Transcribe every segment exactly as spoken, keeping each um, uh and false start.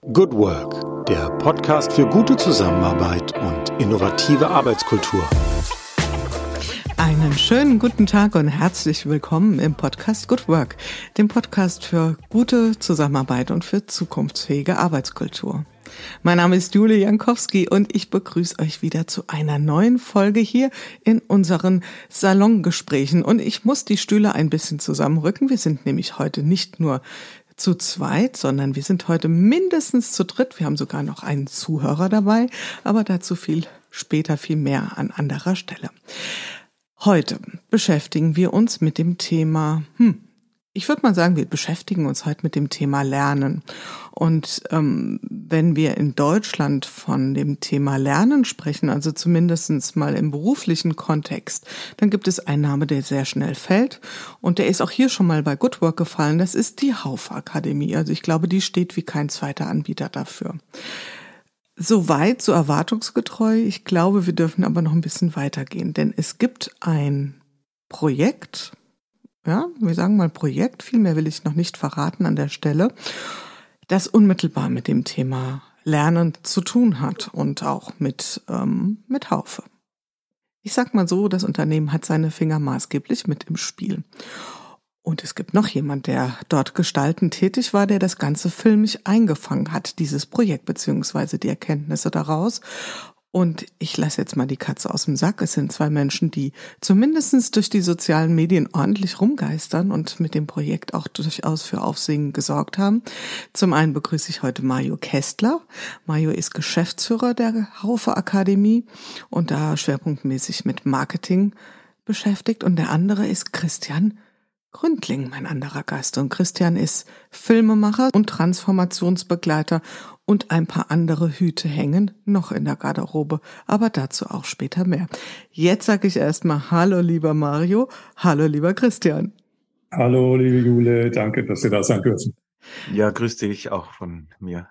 Good Work, der Podcast für gute Zusammenarbeit und innovative Arbeitskultur. Einen schönen guten Tag und herzlich willkommen im Podcast Good Work, dem Podcast für gute Zusammenarbeit und für zukunftsfähige Arbeitskultur. Mein Name ist Julia Jankowski und ich begrüße euch wieder zu einer neuen Folge hier in unseren Salongesprächen. Und ich muss die Stühle ein bisschen zusammenrücken. Wir sind nämlich heute nicht nur zu zweit, sondern wir sind heute mindestens zu dritt. Wir haben sogar noch einen Zuhörer dabei, aber dazu viel später, viel mehr an anderer Stelle. Heute beschäftigen wir uns mit dem Thema, hm, ich würde mal sagen, wir beschäftigen uns heute mit dem Thema Lernen. Und ähm, wenn wir in Deutschland von dem Thema Lernen sprechen, also zumindest mal im beruflichen Kontext, dann gibt es einen Namen, der sehr schnell fällt. Und der ist auch hier schon mal bei Good Work gefallen. Das ist die Hauff-Akademie. Also ich glaube, die steht wie kein zweiter Anbieter dafür. Soweit, so erwartungsgetreu. Ich glaube, wir dürfen aber noch ein bisschen weitergehen. Denn es gibt ein Projekt, ja, wir sagen mal Projekt, viel mehr will ich noch nicht verraten an der Stelle, das unmittelbar mit dem Thema Lernen zu tun hat und auch mit, ähm, mit Haufe. Ich sag mal so, das Unternehmen hat seine Finger maßgeblich mit im Spiel. Und es gibt noch jemand, der dort gestaltend tätig war, der das Ganze filmisch eingefangen hat, dieses Projekt beziehungsweise die Erkenntnisse daraus. Und ich lasse jetzt mal die Katze aus dem Sack. Es sind zwei Menschen, die zumindest durch die sozialen Medien ordentlich rumgeistern und mit dem Projekt auch durchaus für Aufsehen gesorgt haben. Zum einen begrüße ich heute Mario Kästler. Mario ist Geschäftsführer der Haufe-Akademie und da schwerpunktmäßig mit Marketing beschäftigt. Und der andere ist Christian Gründling, mein anderer Gast. Und Christian ist Filmemacher und Transformationsbegleiter und ein paar andere Hüte hängen noch in der Garderobe, aber dazu auch später mehr. Jetzt sage ich erstmal Hallo lieber Mario, hallo lieber Christian. Hallo liebe Jule, danke, dass Sie da sein dürfen. Ja, grüß dich auch von mir.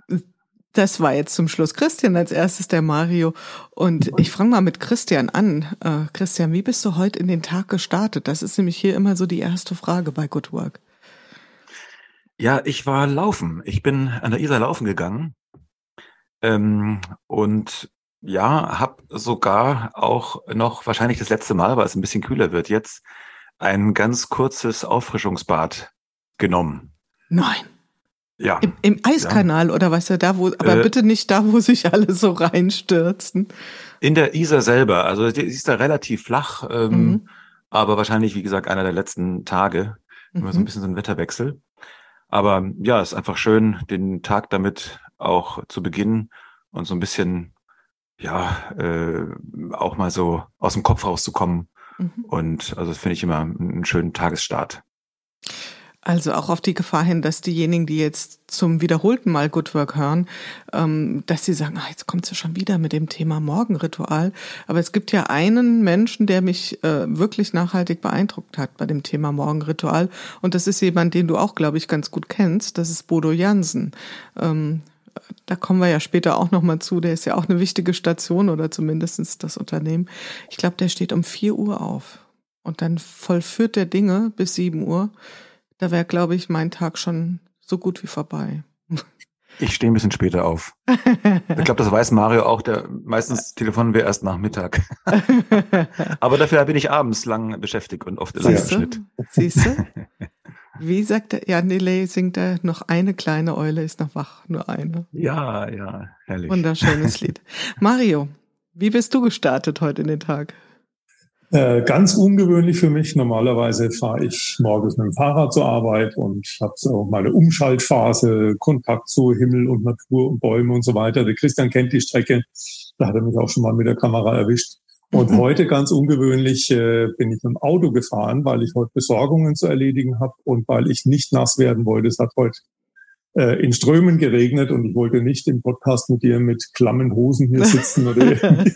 Das war jetzt zum Schluss Christian, als erstes der Mario. Und ich fange mal mit Christian an. Äh, Christian, wie bist du heute in den Tag gestartet? Das ist nämlich hier immer so die erste Frage bei Good Work. Ja, ich war laufen. Ich bin an der Isar laufen gegangen ähm, und ja, habe sogar auch noch, wahrscheinlich das letzte Mal, weil es ein bisschen kühler wird jetzt, ein ganz kurzes Auffrischungsbad genommen. Nein. Ja. Im, im Eiskanal ja. Oder was ja da, wo, aber äh, bitte nicht da, wo sich alle so reinstürzen. In der Isar selber, also die ist da relativ flach, ähm, mhm. aber wahrscheinlich, wie gesagt, einer der letzten Tage, mhm. immer so ein bisschen so ein Wetterwechsel. Aber ja, es ist einfach schön, den Tag damit auch zu beginnen und so ein bisschen, ja, äh, auch mal so aus dem Kopf rauszukommen. Mhm. Und also das finde ich immer einen schönen Tagesstart. Also auch auf die Gefahr hin, dass diejenigen, die jetzt zum wiederholten Mal Good Work hören, ähm, dass sie sagen, ach, jetzt kommt sie schon wieder mit dem Thema Morgenritual. Aber es gibt ja einen Menschen, der mich äh, wirklich nachhaltig beeindruckt hat bei dem Thema Morgenritual. Und das ist jemand, den du auch, glaube ich, ganz gut kennst. Das ist Bodo Jansen. Ähm, da kommen wir ja später auch nochmal zu. Der ist ja auch eine wichtige Station oder zumindest das Unternehmen. Ich glaube, der steht um vier Uhr auf. Und dann vollführt der Dinge bis sieben Uhr. Da wäre, glaube ich, mein Tag schon so gut wie vorbei. Ich stehe ein bisschen später auf. Ich glaube, das weiß Mario auch. Der meistens telefonieren wir erst nach Mittag. Aber dafür bin ich abends lang beschäftigt und oft im Live-Schnitt. Siehst du? Wie sagt der? Ja, Nele singt er, noch eine kleine Eule ist noch wach, nur eine. Ja, ja, herrlich. Wunderschönes Lied. Mario, wie bist du gestartet heute in den Tag? Äh, ganz ungewöhnlich für mich. Normalerweise fahre ich morgens mit dem Fahrrad zur Arbeit und habe so meine Umschaltphase, Kontakt zu Himmel und Natur und Bäume und so weiter. Der Christian kennt die Strecke, da hat er mich auch schon mal mit der Kamera erwischt. Und mhm. heute ganz ungewöhnlich äh, bin ich mit dem Auto gefahren, weil ich heute Besorgungen zu erledigen habe und weil ich nicht nass werden wollte. Es hat heute äh, in Strömen geregnet und ich wollte nicht im Podcast mit dir mit klammen Hosen hier sitzen oder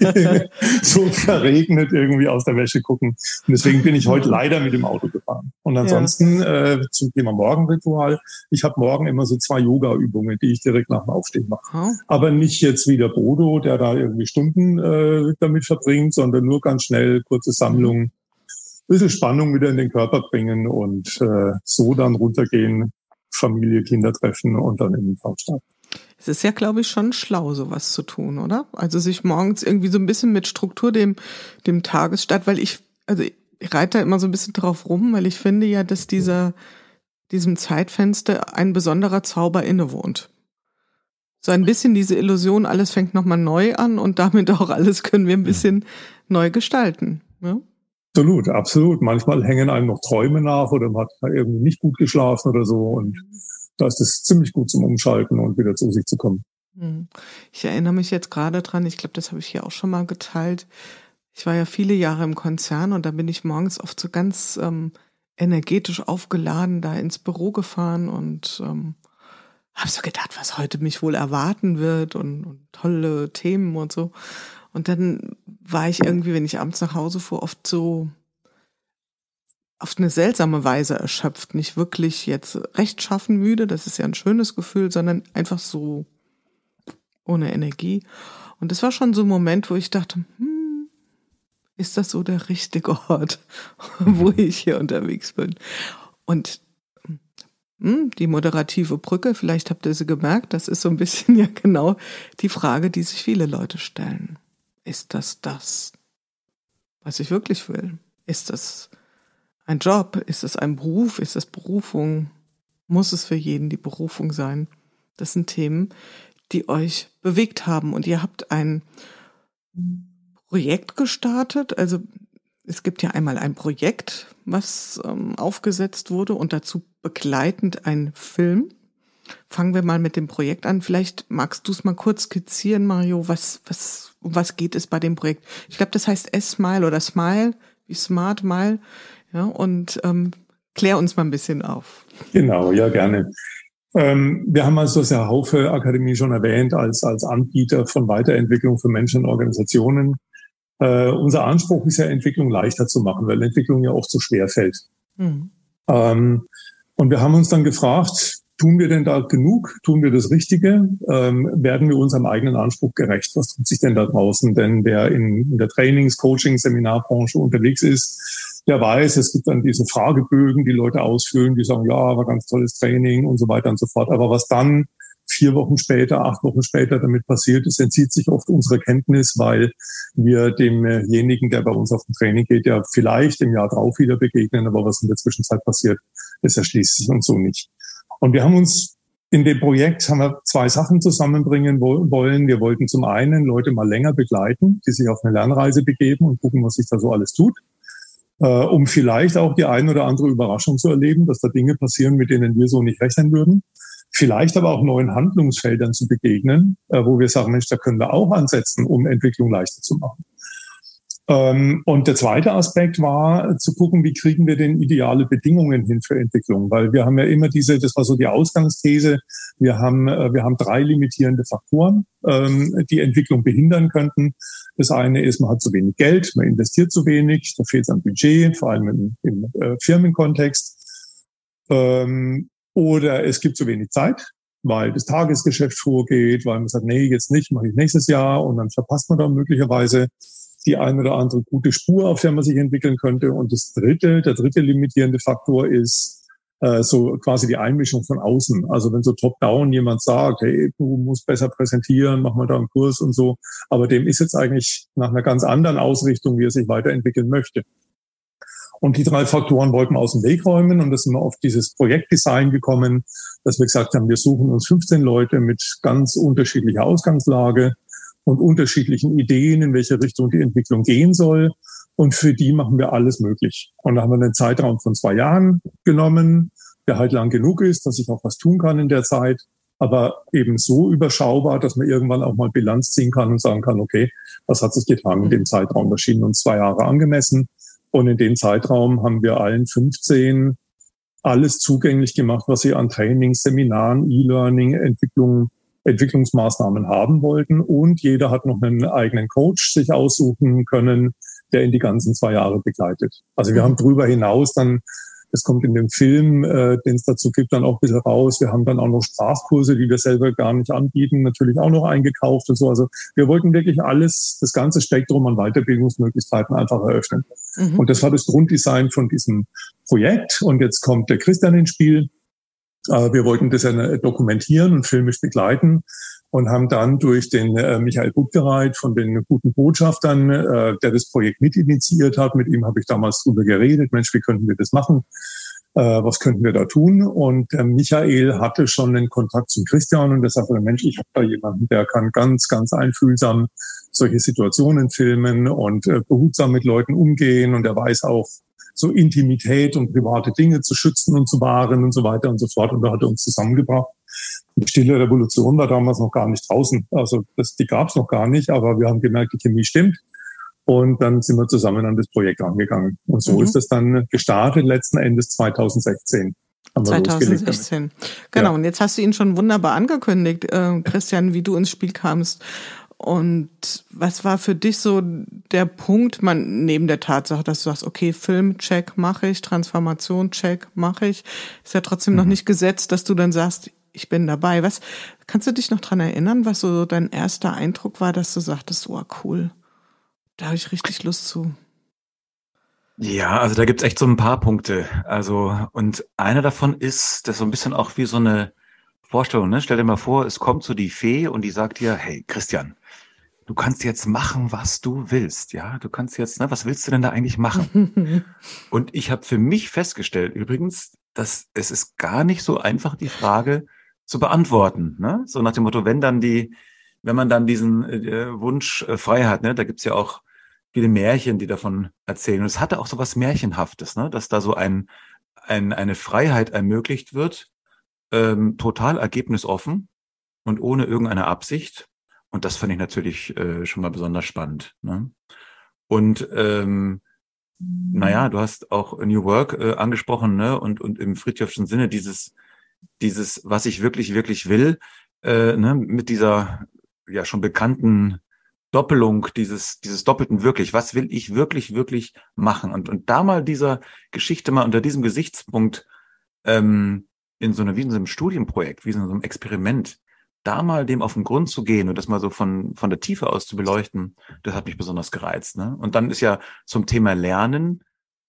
so verregnet irgendwie aus der Wäsche gucken. Und deswegen bin ich heute leider mit dem Auto gefahren. Und ansonsten ja. äh, zum Thema Morgenritual. Ich habe morgen immer so zwei Yoga-Übungen, die ich direkt nach dem Aufstehen mache. Oh. Aber nicht jetzt wie der Bodo, der da irgendwie Stunden äh, damit verbringt, sondern nur ganz schnell, kurze Sammlung, ein bisschen Spannung wieder in den Körper bringen und äh, so dann runtergehen, Familie, Kinder treffen und dann in den Tag starten. Es ist ja, glaube ich, schon schlau, sowas zu tun, oder? Also sich morgens irgendwie so ein bisschen mit Struktur dem, dem Tagesstart, weil ich, also ich reite da immer so ein bisschen drauf rum, weil ich finde ja, dass dieser, diesem Zeitfenster ein besonderer Zauber innewohnt. So ein bisschen diese Illusion, alles fängt nochmal neu an und damit auch alles können wir ein bisschen neu gestalten. Ja? Absolut, absolut. Manchmal hängen einem noch Träume nach oder man hat irgendwie nicht gut geschlafen oder so und da ist es ziemlich gut zum Umschalten und wieder zu sich zu kommen. Ich erinnere mich jetzt gerade dran, ich glaube, das habe ich hier auch schon mal geteilt. Ich war ja viele Jahre im Konzern und da bin ich morgens oft so ganz ähm, energetisch aufgeladen da ins Büro gefahren und ähm, habe so gedacht, was heute mich wohl erwarten wird und, und tolle Themen und so. Und dann war ich irgendwie, wenn ich abends nach Hause fuhr, oft so auf eine seltsame Weise erschöpft. Nicht wirklich jetzt rechtschaffen müde, das ist ja ein schönes Gefühl, sondern einfach so ohne Energie. Und das war schon so ein Moment, wo ich dachte, hm, ist das so der richtige Ort, wo ich hier unterwegs bin? Und hm, die moderative Brücke, vielleicht habt ihr sie gemerkt, das ist so ein bisschen ja genau die Frage, die sich viele Leute stellen. Ist das das, was ich wirklich will? Ist das ein Job? Ist es ein Beruf? Ist es Berufung? Muss es für jeden die Berufung sein? Das sind Themen, die euch bewegt haben. Und ihr habt ein Projekt gestartet. Also es gibt ja einmal ein Projekt, was ähm, aufgesetzt wurde und dazu begleitend ein Film. Fangen wir mal mit dem Projekt an. Vielleicht magst du es mal kurz skizzieren, Mario. Was, was, um was geht es bei dem Projekt? Ich glaube, das heißt S-Smile oder Smile, wie Smart Mile. Ja, und ähm, klär uns mal ein bisschen auf. Genau, ja, gerne. Ähm, wir haben also das ja Haufe Akademie schon erwähnt als, als Anbieter von Weiterentwicklung für Menschen und Organisationen. Äh, unser Anspruch ist ja, Entwicklung leichter zu machen, weil Entwicklung ja oft so schwer fällt. Mhm. Ähm, und wir haben uns dann gefragt, tun wir denn da genug? Tun wir das Richtige? Ähm, werden wir unserem eigenen Anspruch gerecht? Was tut sich denn da draußen? Denn wer in, in der Trainings-, Coaching-, Seminarbranche unterwegs ist, der weiß, es gibt dann diese Fragebögen, die Leute ausfüllen, die sagen, ja, war ganz tolles Training und so weiter und so fort. Aber was dann vier Wochen später, acht Wochen später damit passiert ist, entzieht sich oft unsere Kenntnis, weil wir demjenigen, der bei uns auf ein Training geht, ja vielleicht im Jahr drauf wieder begegnen. Aber was in der Zwischenzeit passiert, das erschließt sich uns so nicht. Und wir haben uns in dem Projekt haben wir zwei Sachen zusammenbringen wollen. Wir wollten zum einen Leute mal länger begleiten, die sich auf eine Lernreise begeben und gucken, was sich da so alles tut. Uh, um vielleicht auch die ein oder andere Überraschung zu erleben, dass da Dinge passieren, mit denen wir so nicht rechnen würden. Vielleicht aber auch neuen Handlungsfeldern zu begegnen, uh, wo wir sagen, Mensch, da können wir auch ansetzen, um Entwicklung leichter zu machen. Um, und der zweite Aspekt war, zu gucken, wie kriegen wir denn ideale Bedingungen hin für Entwicklung? Weil wir haben ja immer diese, das war so die Ausgangsthese, wir haben, uh, wir haben drei limitierende Faktoren, um, die Entwicklung behindern könnten. Das eine ist, man hat zu wenig Geld, man investiert zu wenig, da fehlt es am Budget, vor allem im, im äh, Firmenkontext. Ähm, oder es gibt zu wenig Zeit, weil das Tagesgeschäft vorgeht, weil man sagt, nee, jetzt nicht, mache ich nächstes Jahr und dann verpasst man dann möglicherweise die eine oder andere gute Spur, auf der man sich entwickeln könnte. Und das dritte, der dritte limitierende Faktor ist äh, so quasi die Einmischung von außen. Also wenn so top-down jemand sagt, hey, du musst besser präsentieren, mach mal da einen Kurs und so. Aber dem ist jetzt eigentlich nach einer ganz anderen Ausrichtung, wie er sich weiterentwickeln möchte. Und die drei Faktoren wollten wir aus dem Weg räumen und da sind wir auf dieses Projektdesign gekommen, dass wir gesagt haben, wir suchen uns fünfzehn Leute mit ganz unterschiedlicher Ausgangslage und unterschiedlichen Ideen, in welche Richtung die Entwicklung gehen soll. Und für die machen wir alles möglich. Und da haben wir einen Zeitraum von zwei Jahren genommen, der halt lang genug ist, dass ich auch was tun kann in der Zeit, aber eben so überschaubar, dass man irgendwann auch mal Bilanz ziehen kann und sagen kann, okay, was hat sich getan in dem Zeitraum? Das schien uns zwei Jahre angemessen. Und in dem Zeitraum haben wir allen fünfzehn alles zugänglich gemacht, was sie an Trainings, Seminaren, E-Learning, Entwicklung, Entwicklungsmaßnahmen haben wollten. Und jeder hat noch einen eigenen Coach sich aussuchen können, der ihn die ganzen zwei Jahre begleitet. Also wir haben darüber hinaus dann, das kommt in dem Film, äh, den es dazu gibt, dann auch ein bisschen raus. Wir haben dann auch noch Sprachkurse, die wir selber gar nicht anbieten, natürlich auch noch eingekauft und so. Also wir wollten wirklich alles, das ganze Spektrum an Weiterbildungsmöglichkeiten einfach eröffnen. Mhm. Und das war das Grunddesign von diesem Projekt. Und jetzt kommt der Christian ins Spiel. Äh, wir wollten das ja dokumentieren und filmisch begleiten und haben dann durch den äh, Michael Buttgereit von den guten Botschaftern, äh, der das Projekt mitinitiiert hat, mit ihm habe ich damals drüber geredet, Mensch, wie könnten wir das machen? Äh, was könnten wir da tun? Und äh, Michael hatte schon den Kontakt zum Christian und der sagte, Mensch, ich habe da jemanden, der kann ganz, ganz einfühlsam solche Situationen filmen und äh, behutsam mit Leuten umgehen und er weiß auch, so Intimität und private Dinge zu schützen und zu wahren und so weiter und so fort. Und da hat er uns zusammengebracht. Die Stille Revolution war damals noch gar nicht draußen. Also das, die gab es noch gar nicht, aber wir haben gemerkt, die Chemie stimmt. Und dann sind wir zusammen an das Projekt angegangen. Und so mhm. ist es dann gestartet, letzten Endes zwanzig sechzehn. Haben wir zwanzig sechzehn. Genau, ja. Und jetzt hast du ihn schon wunderbar angekündigt, äh, Christian, wie du ins Spiel kamst. Und was war für dich so der Punkt, man neben der Tatsache, dass du sagst, okay, Film-Check mache ich, Transformation-Check mache ich, ist ja trotzdem mhm. noch nicht gesetzt, dass du dann sagst, ich bin dabei. Was kannst du dich noch dran erinnern, was so dein erster Eindruck war, dass du sagtest, oh cool, da habe ich richtig Lust zu? Ja, also da gibt's echt so ein paar Punkte. Also und einer davon ist, das so ein bisschen auch wie so eine Vorstellung, ne? Stell dir mal vor, es kommt so die Fee und die sagt dir, hey Christian, du kannst jetzt machen, was du willst, ja? Du kannst jetzt, ne, was willst du denn da eigentlich machen? Und ich habe für mich festgestellt, übrigens, dass es ist gar nicht so einfach, die Frage zu beantworten, ne? So nach dem Motto, wenn dann die, wenn man dann diesen äh, Wunsch äh, frei hat, ne? Da gibt's ja auch viele Märchen, die davon erzählen. Und es hatte auch so was Märchenhaftes, ne? Dass da so ein, ein eine Freiheit ermöglicht wird, ähm, total ergebnisoffen und ohne irgendeine Absicht. Und das fand ich natürlich äh, schon mal besonders spannend, ne? Und ähm, naja, du hast auch New Work äh, angesprochen, ne? Und und im Fritjofschen Sinne dieses dieses, was ich wirklich wirklich will, äh, ne? Mit dieser ja schon bekannten Doppelung dieses dieses doppelten wirklich. Was will ich wirklich wirklich machen? Und und da mal dieser Geschichte mal unter diesem Gesichtspunkt ähm, in so einer wie in so einem Studienprojekt, wie in so einem Experiment, da mal dem auf den Grund zu gehen und das mal so von von der Tiefe aus zu beleuchten, das hat mich besonders gereizt, ne? Und dann ist ja zum Thema Lernen,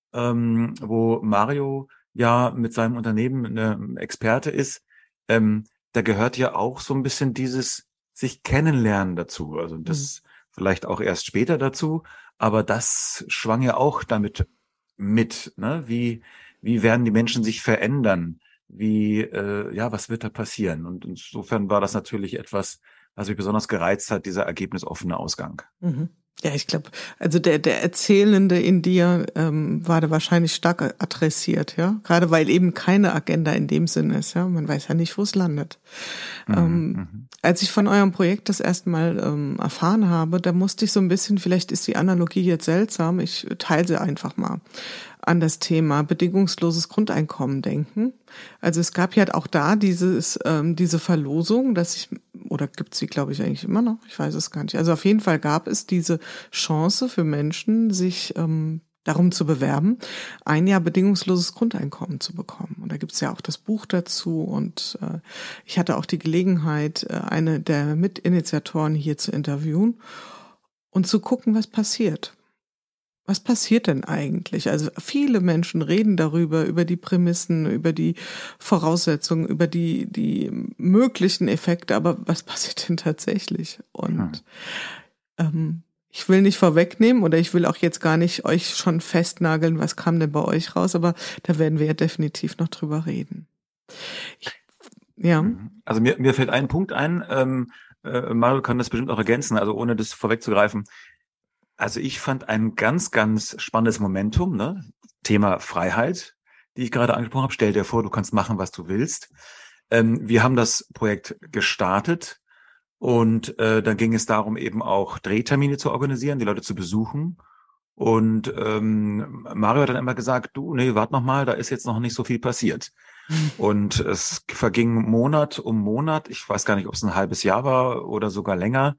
ähm, wo Mario ja mit seinem Unternehmen eine Experte ist, ähm, da gehört ja auch so ein bisschen dieses sich kennenlernen dazu. Also das mhm. vielleicht auch erst später dazu, aber das schwang ja auch damit mit, ne? Wie wie werden die Menschen sich verändern? Wie, äh, ja, was wird da passieren? Und insofern war das natürlich etwas, was mich besonders gereizt hat, dieser ergebnisoffene Ausgang. Mhm. Ja, ich glaube, also der der Erzählende in dir ähm, war da wahrscheinlich stark adressiert, ja, gerade weil eben keine Agenda in dem Sinne ist, ja, man weiß ja nicht, wo es landet. Mhm. Ähm, als ich von eurem Projekt das erste Mal ähm, erfahren habe, da musste ich so ein bisschen, vielleicht ist die Analogie jetzt seltsam, ich teile sie einfach mal, an das Thema bedingungsloses Grundeinkommen denken. Also es gab ja auch da dieses ähm, diese Verlosung, dass ich, oder gibt es sie, glaube ich, eigentlich immer noch, ich weiß es gar nicht. Also auf jeden Fall gab es diese Chance für Menschen, sich ähm, darum zu bewerben, ein Jahr bedingungsloses Grundeinkommen zu bekommen. Und da gibt es ja auch das Buch dazu. Und äh, ich hatte auch die Gelegenheit, äh, eine der Mitinitiatoren hier zu interviewen und zu gucken, was passiert. Was passiert denn eigentlich? Also viele Menschen reden darüber, über die Prämissen, über die Voraussetzungen, über die, die möglichen Effekte, aber was passiert denn tatsächlich? Und hm. ähm, ich will nicht vorwegnehmen oder ich will auch jetzt gar nicht euch schon festnageln, was kam denn bei euch raus, aber da werden wir ja definitiv noch drüber reden. Ich, ja. Also mir, mir fällt ein Punkt ein, ähm, äh, Mario kann das bestimmt auch ergänzen, also ohne das vorwegzugreifen. Also ich fand ein ganz, ganz spannendes Momentum, ne? Thema Freiheit, die ich gerade angesprochen habe. Stell dir vor, du kannst machen, was du willst. Ähm, wir haben das Projekt gestartet und äh, dann ging es darum, eben auch Drehtermine zu organisieren, die Leute zu besuchen. Und ähm, Mario hat dann immer gesagt, du, nee, warte noch mal, da ist jetzt noch nicht so viel passiert. Und es verging Monat um Monat. Ich weiß gar nicht, ob es ein halbes Jahr war oder sogar länger.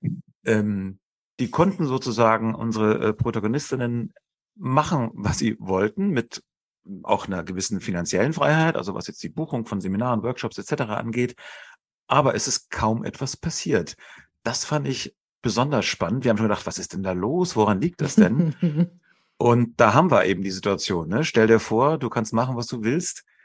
Ähm, Die konnten sozusagen unsere äh, Protagonistinnen machen, was sie wollten, mit auch einer gewissen finanziellen Freiheit, also was jetzt die Buchung von Seminaren, Workshops et cetera angeht. Aber es ist kaum etwas passiert. Das fand ich besonders spannend. Wir haben schon gedacht, was ist denn da los? Woran liegt das denn? Und da haben wir eben die Situation, ne? Stell dir vor, du kannst machen, was du willst.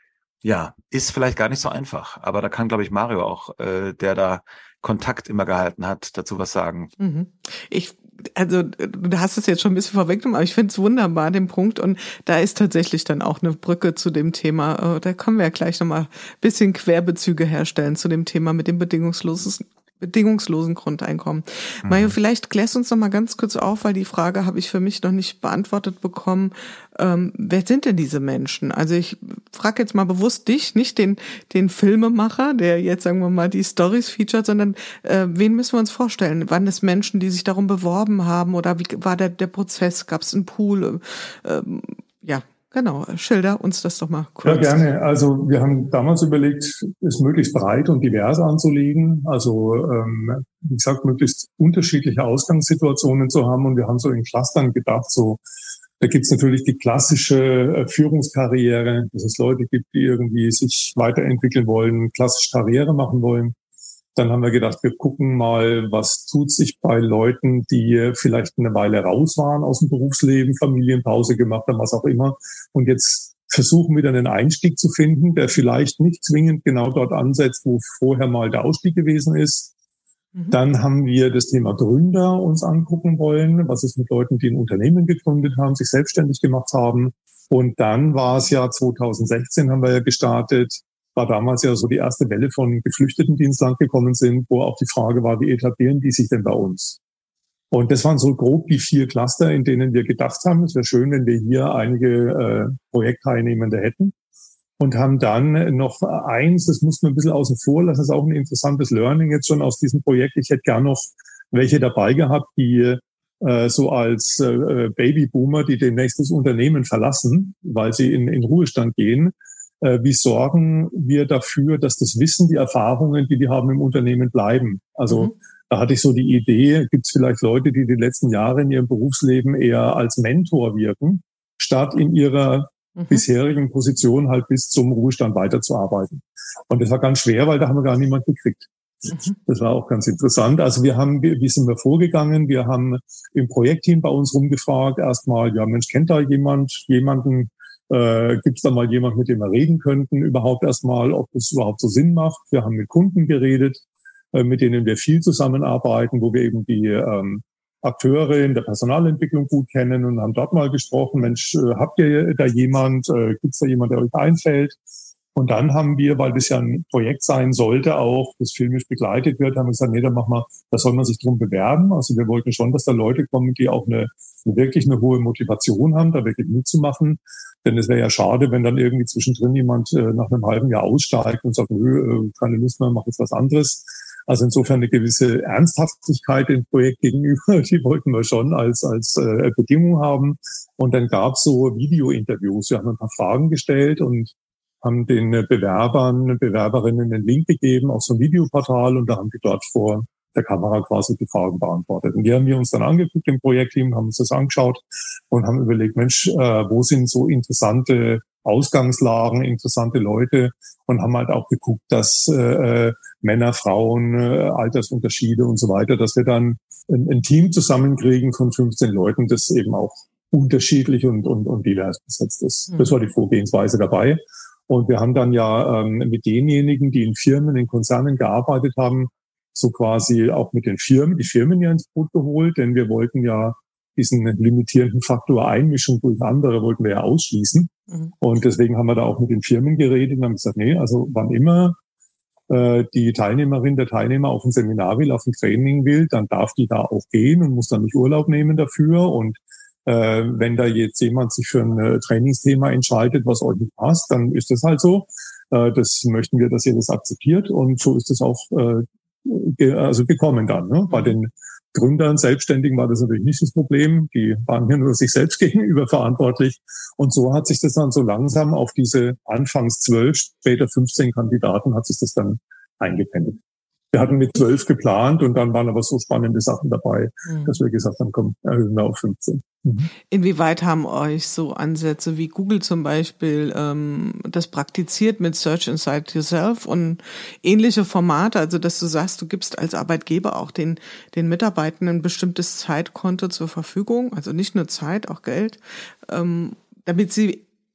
Ja, ist vielleicht gar nicht so einfach, aber da kann, glaube ich, Mario auch, äh, der da Kontakt immer gehalten hat, dazu was sagen. Mhm. Ich, also du hast es jetzt schon ein bisschen vorweggenommen, aber ich finde es wunderbar, den Punkt. Und da ist tatsächlich dann auch eine Brücke zu dem Thema, da können wir ja gleich nochmal ein bisschen Querbezüge herstellen zu dem Thema mit dem bedingungslosen bedingungslosen Grundeinkommen. Mhm. Mario, vielleicht klärst uns noch mal ganz kurz auf, weil die Frage habe ich für mich noch nicht beantwortet bekommen. Ähm, wer sind denn diese Menschen? Also ich frage jetzt mal bewusst dich, nicht den den Filmemacher, der jetzt, sagen wir mal, die Storys featuret, sondern äh, wen müssen wir uns vorstellen? Waren es Menschen, die sich darum beworben haben, oder wie war der der Prozess? Gab es einen Pool? Ähm, ja. Genau, schilder uns das doch mal kurz. Ja, gerne. Also wir haben damals überlegt, es möglichst breit und divers anzulegen. Also ähm, wie gesagt, möglichst unterschiedliche Ausgangssituationen zu haben. Und wir haben so in Clustern gedacht, so da gibt's natürlich die klassische äh, Führungskarriere, dass es Leute gibt, die irgendwie sich weiterentwickeln wollen, klassisch Karriere machen wollen. Dann haben wir gedacht, wir gucken mal, was tut sich bei Leuten, die vielleicht eine Weile raus waren aus dem Berufsleben, Familienpause gemacht haben, was auch immer. Und jetzt versuchen wieder einen Einstieg zu finden, der vielleicht nicht zwingend genau dort ansetzt, wo vorher mal der Ausstieg gewesen ist. Mhm. Dann haben wir das Thema Gründer uns angucken wollen. Was ist mit Leuten, die ein Unternehmen gegründet haben, sich selbstständig gemacht haben? Und dann war es ja zweitausendsechzehn, haben wir ja gestartet, war damals ja so die erste Welle von Geflüchteten, die ins Land gekommen sind, wo auch die Frage war, wie etablieren die sich denn bei uns? Und das waren so grob die vier Cluster, in denen wir gedacht haben, es wäre schön, wenn wir hier einige äh, Projektteilnehmende hätten. Und haben dann noch eins, das muss man ein bisschen außen vor lassen, das ist auch ein interessantes Learning jetzt schon aus diesem Projekt. Ich hätte gern noch welche dabei gehabt, die äh, so als äh, Babyboomer, die demnächst das Unternehmen verlassen, weil sie in, in Ruhestand gehen. Wie sorgen wir dafür, dass das Wissen, die Erfahrungen, die wir haben im Unternehmen, bleiben? Also mhm. da hatte ich so die Idee, gibt es vielleicht Leute, die die letzten Jahre in ihrem Berufsleben eher als Mentor wirken, statt in ihrer mhm. bisherigen Position halt bis zum Ruhestand weiterzuarbeiten. Und das war ganz schwer, weil da haben wir gar niemand gekriegt. Mhm. Das war auch ganz interessant. Also wir haben, wie sind wir vorgegangen? Wir haben im Projektteam bei uns rumgefragt, erstmal, ja Mensch, kennt da jemand, jemanden, Äh, gibt es da mal jemand, mit dem wir reden könnten, überhaupt erstmal, ob das überhaupt so Sinn macht. Wir haben mit Kunden geredet, äh, mit denen wir viel zusammenarbeiten, wo wir eben die ähm, Akteure in der Personalentwicklung gut kennen und haben dort mal gesprochen, Mensch, äh, habt ihr da jemand, äh, gibt es da jemand, der euch einfällt? Und dann haben wir, weil das ja ein Projekt sein sollte, auch das filmisch begleitet wird, haben wir gesagt, nee, dann machen wir, da soll man sich drum bewerben. Also wir wollten schon, dass da Leute kommen, die auch eine, wirklich eine hohe Motivation haben, da wirklich mitzumachen. Denn es wäre ja schade, wenn dann irgendwie zwischendrin jemand äh, nach einem halben Jahr aussteigt und sagt, nö, äh, keine Lust mehr, mach jetzt was anderes. Also insofern eine gewisse Ernsthaftigkeit dem Projekt gegenüber, die wollten wir schon als als äh, Bedingung haben. Und dann gab es so Video-Interviews. Wir haben ein paar Fragen gestellt und haben den Bewerbern, Bewerberinnen einen Link gegeben auf so ein Videoportal und da haben die dort vor der Kamera quasi die Fragen beantwortet. Und die haben wir uns dann angeguckt im Projektteam, haben uns das angeschaut und haben überlegt, Mensch, äh, wo sind so interessante Ausgangslagen, interessante Leute und haben halt auch geguckt, dass äh, Männer, Frauen, äh, Altersunterschiede und so weiter, dass wir dann ein, ein Team zusammenkriegen von fünfzehn Leuten, das eben auch unterschiedlich und, und, und divers besetzt ist. Mhm. Das war die Vorgehensweise dabei. Und wir haben dann ja ähm, mit denjenigen, die in Firmen, in Konzernen gearbeitet haben, so quasi auch mit den Firmen, die Firmen ja ins Boot geholt, denn wir wollten ja diesen limitierenden Faktor Einmischung durch andere wollten wir ja ausschließen. Mhm. Und deswegen haben wir da auch mit den Firmen geredet und haben gesagt, nee, also wann immer äh, die Teilnehmerin, der Teilnehmer auf ein Seminar will, auf ein Training will, dann darf die da auch gehen und muss dann nicht Urlaub nehmen dafür. Und äh, wenn da jetzt jemand sich für ein äh, Trainingsthema entscheidet, was euch nicht passt, dann ist das halt so. Äh, das möchten wir, dass ihr das akzeptiert. Und so ist es auch äh, ge- also gekommen dann. Ne? Mhm. Bei den Gründern, Selbstständigen war das natürlich nicht das Problem. Die waren ja nur sich selbst gegenüber verantwortlich. Und so hat sich das dann so langsam auf diese anfangs zwölf, später fünfzehn Kandidaten hat sich das dann eingependelt. Wir hatten mit zwölf geplant und dann waren aber so spannende Sachen dabei, mhm. dass wir gesagt haben, komm, erhöhen wir auf fünfzehn. Mhm. Inwieweit haben euch so Ansätze wie Google zum Beispiel ähm, das praktiziert mit Search Inside Yourself und ähnliche Formate, also dass du sagst, du gibst als Arbeitgeber auch den den Mitarbeitenden ein bestimmtes Zeitkonto zur Verfügung, also nicht nur Zeit, auch Geld, ähm, damit sie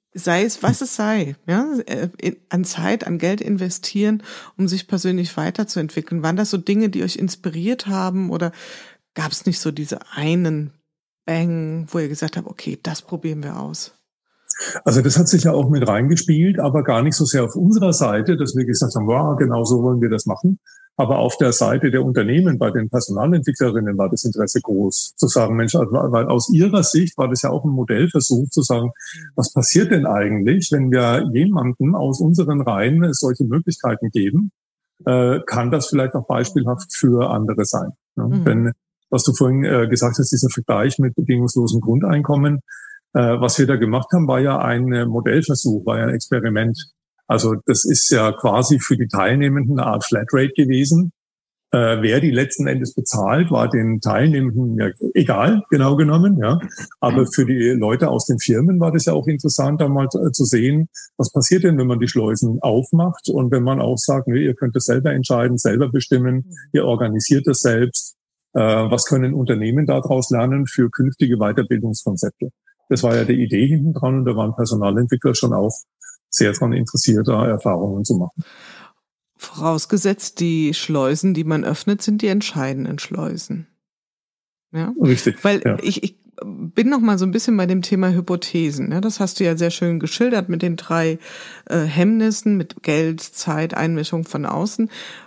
sei es, was es sei, ja, an Zeit, an Geld investieren, um sich persönlich weiterzuentwickeln. Waren das so Dinge, die euch inspiriert haben oder gab es nicht so diese einen Bang, wo ihr gesagt habt, okay, das probieren wir aus? Also das hat sich ja auch mit reingespielt, aber gar nicht so sehr auf unserer Seite, dass wir gesagt haben, wow, genau so wollen wir das machen. Aber auf der Seite der Unternehmen, bei den Personalentwicklerinnen war das Interesse groß, zu sagen, Mensch, weil aus ihrer Sicht war das ja auch ein Modellversuch, zu sagen, was passiert denn eigentlich, wenn wir jemanden aus unseren Reihen solche Möglichkeiten geben, äh, kann das vielleicht auch beispielhaft für andere sein. Ne? Mhm. Denn, was du vorhin äh, gesagt hast, dieser Vergleich mit bedingungslosem Grundeinkommen, äh, was wir da gemacht haben, war ja ein äh, Modellversuch, war ja ein Experiment. Also das ist ja quasi für die Teilnehmenden eine Art Flatrate gewesen. Äh, wer die letzten Endes bezahlt, war den Teilnehmenden ja egal, genau genommen. Ja. Aber für die Leute aus den Firmen war das ja auch interessant, da mal zu sehen, was passiert denn, wenn man die Schleusen aufmacht und wenn man auch sagt, nee, ihr könnt das selber entscheiden, selber bestimmen, ihr organisiert das selbst. Äh, was können Unternehmen daraus lernen für künftige Weiterbildungskonzepte? Das war ja die Idee hinten dran und da waren Personalentwickler schon auch sehr daran interessiert, da Erfahrungen zu machen. Vorausgesetzt, die Schleusen, die man öffnet, sind die entscheidenden Schleusen. Ja? Richtig. Weil ja. ich, ich bin noch mal so ein bisschen bei dem Thema Hypothesen. Ne? Das hast du ja sehr schön geschildert mit den drei äh, Hemmnissen, mit Geld, Zeit, Einmischung von außen.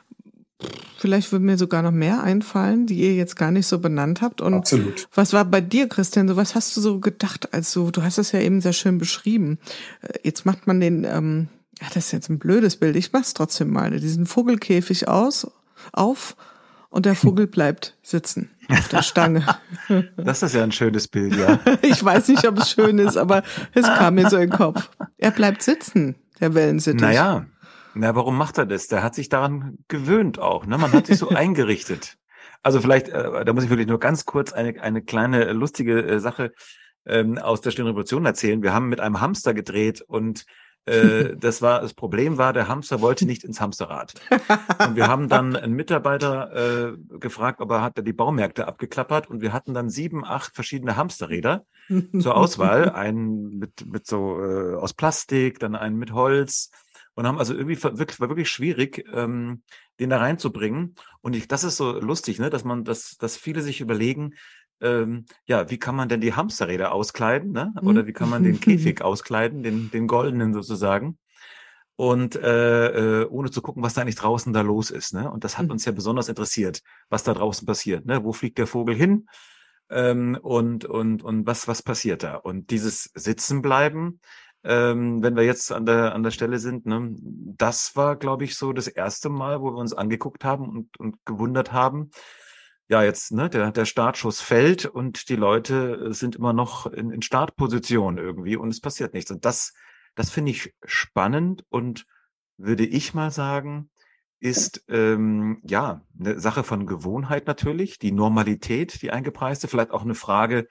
Vielleicht würden mir sogar noch mehr einfallen, die ihr jetzt gar nicht so benannt habt. Und Absolut. Was war bei dir, Christian? So, was hast du so gedacht, als du, du hast es ja eben sehr schön beschrieben. Jetzt macht man den, ähm, ja, das ist jetzt ein blödes Bild, ich mach's trotzdem mal, diesen Vogelkäfig aus, auf und der Vogel bleibt sitzen auf der Stange. Das ist ja ein schönes Bild, ja. Ich weiß nicht, ob es schön ist, aber es kam mir so in den Kopf. Er bleibt sitzen, der Wellensittich. Naja. Na, warum macht er das? Der hat sich daran gewöhnt auch, ne? Man hat sich so eingerichtet. Also vielleicht, äh, da muss ich wirklich nur ganz kurz eine eine kleine lustige äh, Sache ähm, aus der Stillen Revolution erzählen. Wir haben mit einem Hamster gedreht und äh, das war das Problem war, der Hamster wollte nicht ins Hamsterrad. Und wir haben dann einen Mitarbeiter äh, gefragt, ob er hat er die Baumärkte abgeklappert und wir hatten dann sieben, acht verschiedene Hamsterräder zur Auswahl, einen mit mit so äh, aus Plastik, dann einen mit Holz. Und haben also irgendwie wirklich, war wirklich schwierig, ähm, den da reinzubringen. Und ich, das ist so lustig, ne, dass man, dass, dass viele sich überlegen, ähm, ja, wie kann man denn die Hamsterräder auskleiden, ne? Oder wie kann man den Käfig auskleiden, den, den goldenen sozusagen. Und äh, äh, ohne zu gucken, was da eigentlich draußen da los ist, ne? Und das hat uns ja besonders interessiert, was da draußen passiert, ne? Wo fliegt der Vogel hin? Ähm, und und und was was passiert da? Und dieses Sitzenbleiben. Ähm, wenn wir jetzt an der an der Stelle sind, ne, das war, glaube ich, so das erste Mal, wo wir uns angeguckt haben und, und gewundert haben. Ja, jetzt ne, der der Startschuss fällt und die Leute sind immer noch in, in Startposition irgendwie und es passiert nichts. Und das das finde ich spannend und würde ich mal sagen, ist ähm, ja eine Sache von Gewohnheit natürlich, die Normalität, die eingepreiste, vielleicht auch eine Frage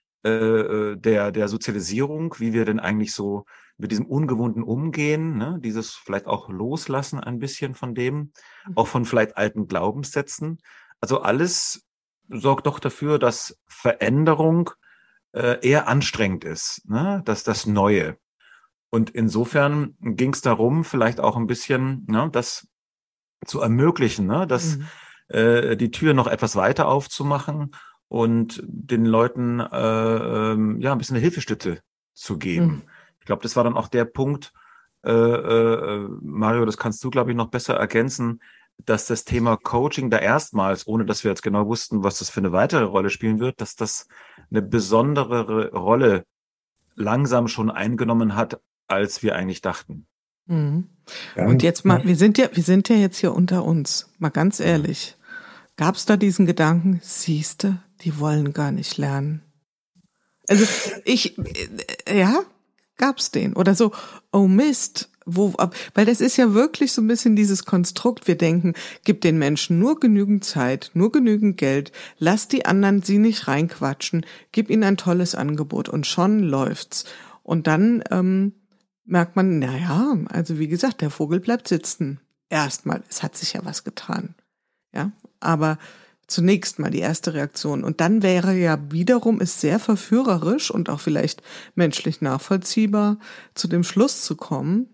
äh, der der Sozialisierung, wie wir denn eigentlich so mit diesem Ungewohnten umgehen, ne? Dieses vielleicht auch Loslassen ein bisschen von dem, auch von vielleicht alten Glaubenssätzen. Also alles sorgt doch dafür, dass Veränderung äh, eher anstrengend ist, ne? Dass das Neue. Und insofern ging es darum, vielleicht auch ein bisschen, ne, das zu ermöglichen, ne, dass mhm. äh, die Tür noch etwas weiter aufzumachen und den Leuten äh, ähm, ja ein bisschen eine Hilfestütze zu geben. Mhm. Ich glaube, das war dann auch der Punkt, äh, äh, Mario, das kannst du, glaube ich, noch besser ergänzen, dass das Thema Coaching da erstmals, ohne dass wir jetzt genau wussten, was das für eine weitere Rolle spielen wird, dass das eine besondere Rolle langsam schon eingenommen hat, als wir eigentlich dachten. Mhm. Und jetzt mal, wir sind ja, wir sind ja jetzt hier unter uns, mal ganz ehrlich. Gab es da diesen Gedanken, siehste, die wollen gar nicht lernen? Also ich, ja, gab's den? Oder so, oh Mist, wo, weil das ist ja wirklich so ein bisschen dieses Konstrukt, wir denken, gib den Menschen nur genügend Zeit, nur genügend Geld, lass die anderen sie nicht reinquatschen, gib ihnen ein tolles Angebot und schon läuft's. Und dann ähm, merkt man, na ja, also wie gesagt, der Vogel bleibt sitzen. Erstmal, es hat sich ja was getan. Ja, aber zunächst mal die erste Reaktion. Und dann wäre ja wiederum es sehr verführerisch und auch vielleicht menschlich nachvollziehbar, zu dem Schluss zu kommen,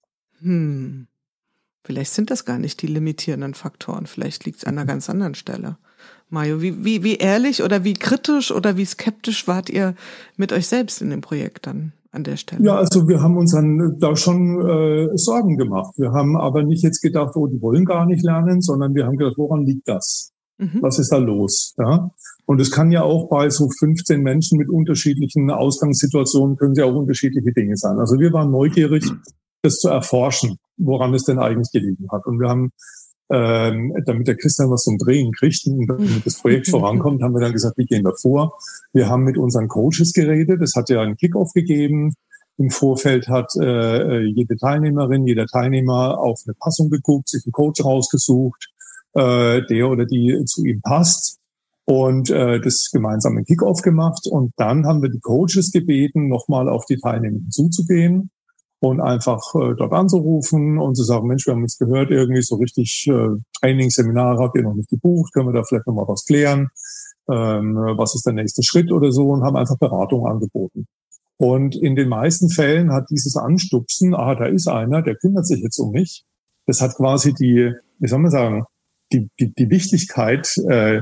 hm, vielleicht sind das gar nicht die limitierenden Faktoren, vielleicht liegt es an einer ganz anderen Stelle. Mario, wie, wie, wie ehrlich oder wie kritisch oder wie skeptisch wart ihr mit euch selbst in dem Projekt dann an der Stelle? Ja, also wir haben uns dann da schon äh, Sorgen gemacht. Wir haben aber nicht jetzt gedacht, oh, die wollen gar nicht lernen, sondern wir haben gedacht, woran liegt das? Mhm. Was ist da los? Ja? Und es kann ja auch bei so fünfzehn Menschen mit unterschiedlichen Ausgangssituationen können ja auch unterschiedliche Dinge sein. Also wir waren neugierig, das zu erforschen, woran es denn eigentlich gelegen hat. Und wir haben, ähm, damit der Christian was zum Drehen kriegt und damit das Projekt vorankommt, haben wir dann gesagt, wie gehen wir vor? Wir haben mit unseren Coaches geredet. Es hat ja einen Kickoff gegeben. Im Vorfeld hat äh, jede Teilnehmerin, jeder Teilnehmer auf eine Passung geguckt, sich einen Coach rausgesucht, äh, der oder die zu ihm passt und äh, das gemeinsame Kickoff gemacht. Und dann haben wir die Coaches gebeten, nochmal auf die Teilnehmenden zuzugehen und einfach äh, dort anzurufen und zu sagen, Mensch, wir haben jetzt gehört, irgendwie so richtig äh, Trainingsseminare habt ihr noch nicht gebucht, können wir da vielleicht nochmal was klären, ähm, was ist der nächste Schritt oder so, und haben einfach Beratung angeboten. Und in den meisten Fällen hat dieses Anstupsen, ah, da ist einer, der kümmert sich jetzt um mich, das hat quasi die, wie soll man sagen, die, die, die Wichtigkeit äh,